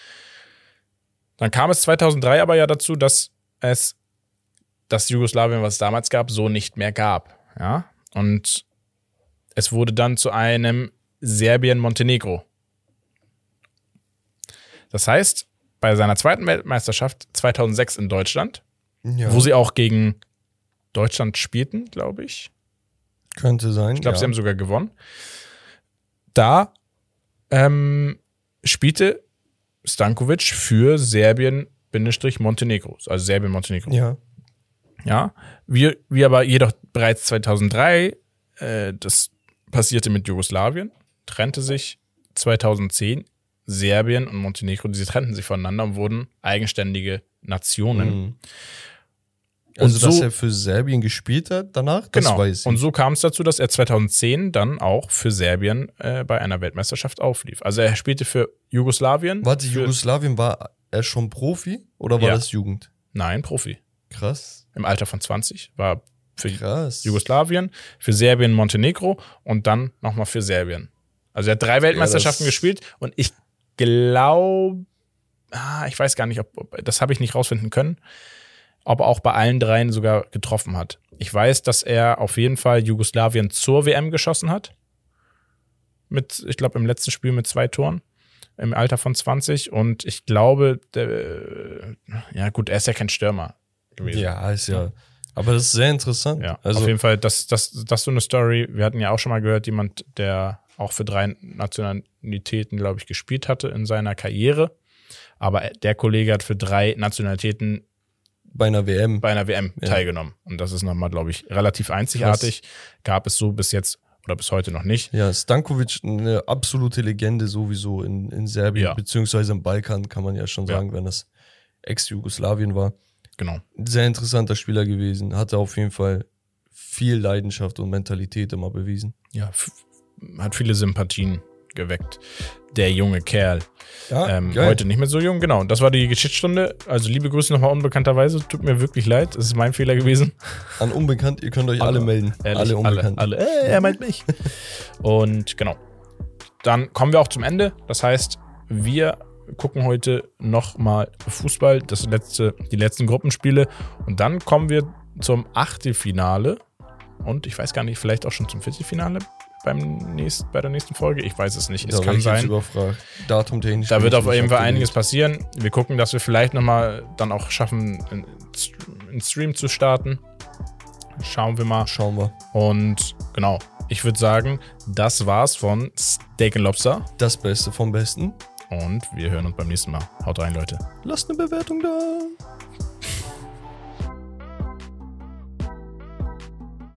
Dann kam es zweitausenddrei aber ja dazu, dass es das Jugoslawien, was es damals gab, so nicht mehr gab. Ja? Und es wurde dann zu einem Serbien-Montenegro. Das heißt, bei seiner zweiten Weltmeisterschaft zweitausendsechs in Deutschland, Ja, wo sie auch gegen Deutschland spielten, glaube ich. könnte sein. Ich glaube, ja. sie haben sogar gewonnen. Da ähm, spielte Stankovic für Serbien-Montenegro, also Serbien-Montenegro. Ja. Ja, wie, wie aber jedoch bereits zweitausenddrei, äh, das passierte mit Jugoslawien, trennte sich zweitausendzehn Serbien und Montenegro, diese trennten sich voneinander und wurden eigenständige Nationen. Mhm. Also, Und so- dass er für Serbien gespielt hat danach, das Genau. weiß ich. Und so kam es dazu, dass er zweitausendzehn dann auch für Serbien äh, bei einer Weltmeisterschaft auflief. Also er spielte für Jugoslawien. Warte, für, Jugoslawien war er schon Profi oder war Ja. das Jugend? Nein, Profi. Krass. Im Alter von zwanzig. War für Krass. Jugoslawien, für Serbien, Montenegro und dann nochmal für Serbien. Also er hat drei Weltmeisterschaften Ja, das- gespielt und ich glaube, ah, ich weiß gar nicht, ob, ob das habe ich nicht rausfinden können, ob er auch bei allen dreien sogar getroffen hat. Ich weiß, dass er auf jeden Fall Jugoslawien zur W M geschossen hat. Mit, ich glaube, im letzten Spiel mit zwei Toren. Im Alter von zwanzig. Und ich glaube, der, ja gut, er ist ja kein Stürmer gewesen. Ja, ist ja. Aber das ist sehr interessant. Ja, also auf jeden Fall, das, das, das ist so eine Story. Wir hatten ja auch schon mal gehört, jemand, der auch für drei Nationalitäten, glaube ich, gespielt hatte in seiner Karriere. Aber der Kollege hat für drei Nationalitäten bei einer W M. bei einer W M Ja. teilgenommen. Und das ist nochmal, glaube ich, relativ einzigartig. Gab es so bis jetzt oder bis heute noch nicht. Ja, Stankovic, eine absolute Legende sowieso in, in Serbien, Ja. beziehungsweise im Balkan, kann man ja schon Ja. sagen, wenn das Ex-Jugoslawien war. Genau. Sehr interessanter Spieler gewesen, hatte auf jeden Fall viel Leidenschaft und Mentalität immer bewiesen. Ja, f- hat viele Sympathien geweckt. Der junge Kerl. Ja, Ähm, heute nicht mehr so jung, genau. Das war die Geschichtsstunde. Also liebe Grüße nochmal unbekannterweise. Tut mir wirklich leid. Es ist mein Fehler gewesen. An Unbekannt, ihr könnt euch alle, Alle. melden. Ehrlich, alle Unbekannt. Alle, alle. Äh, er meint mich. Und genau. Dann kommen wir auch zum Ende. Das heißt, wir gucken heute nochmal Fußball, das letzte, die letzten Gruppenspiele. Und dann kommen wir zum Achtelfinale. Und ich weiß gar nicht, vielleicht auch schon zum Viertelfinale beim nächst, bei der nächsten Folge. Ich weiß es nicht. Es Da war kann ich jetzt sein. überfragt. Datumtechnisch. Da bin wird ich auf nicht jeden Fall up to einiges date. passieren. Wir gucken, dass wir vielleicht nochmal dann auch schaffen, einen Stream zu starten. Schauen wir mal. Schauen wir. Und genau, ich würde sagen, das war's von Steak and Lobster. Das Beste vom Besten. Und wir hören uns beim nächsten Mal. Haut rein, Leute. Lasst eine Bewertung da.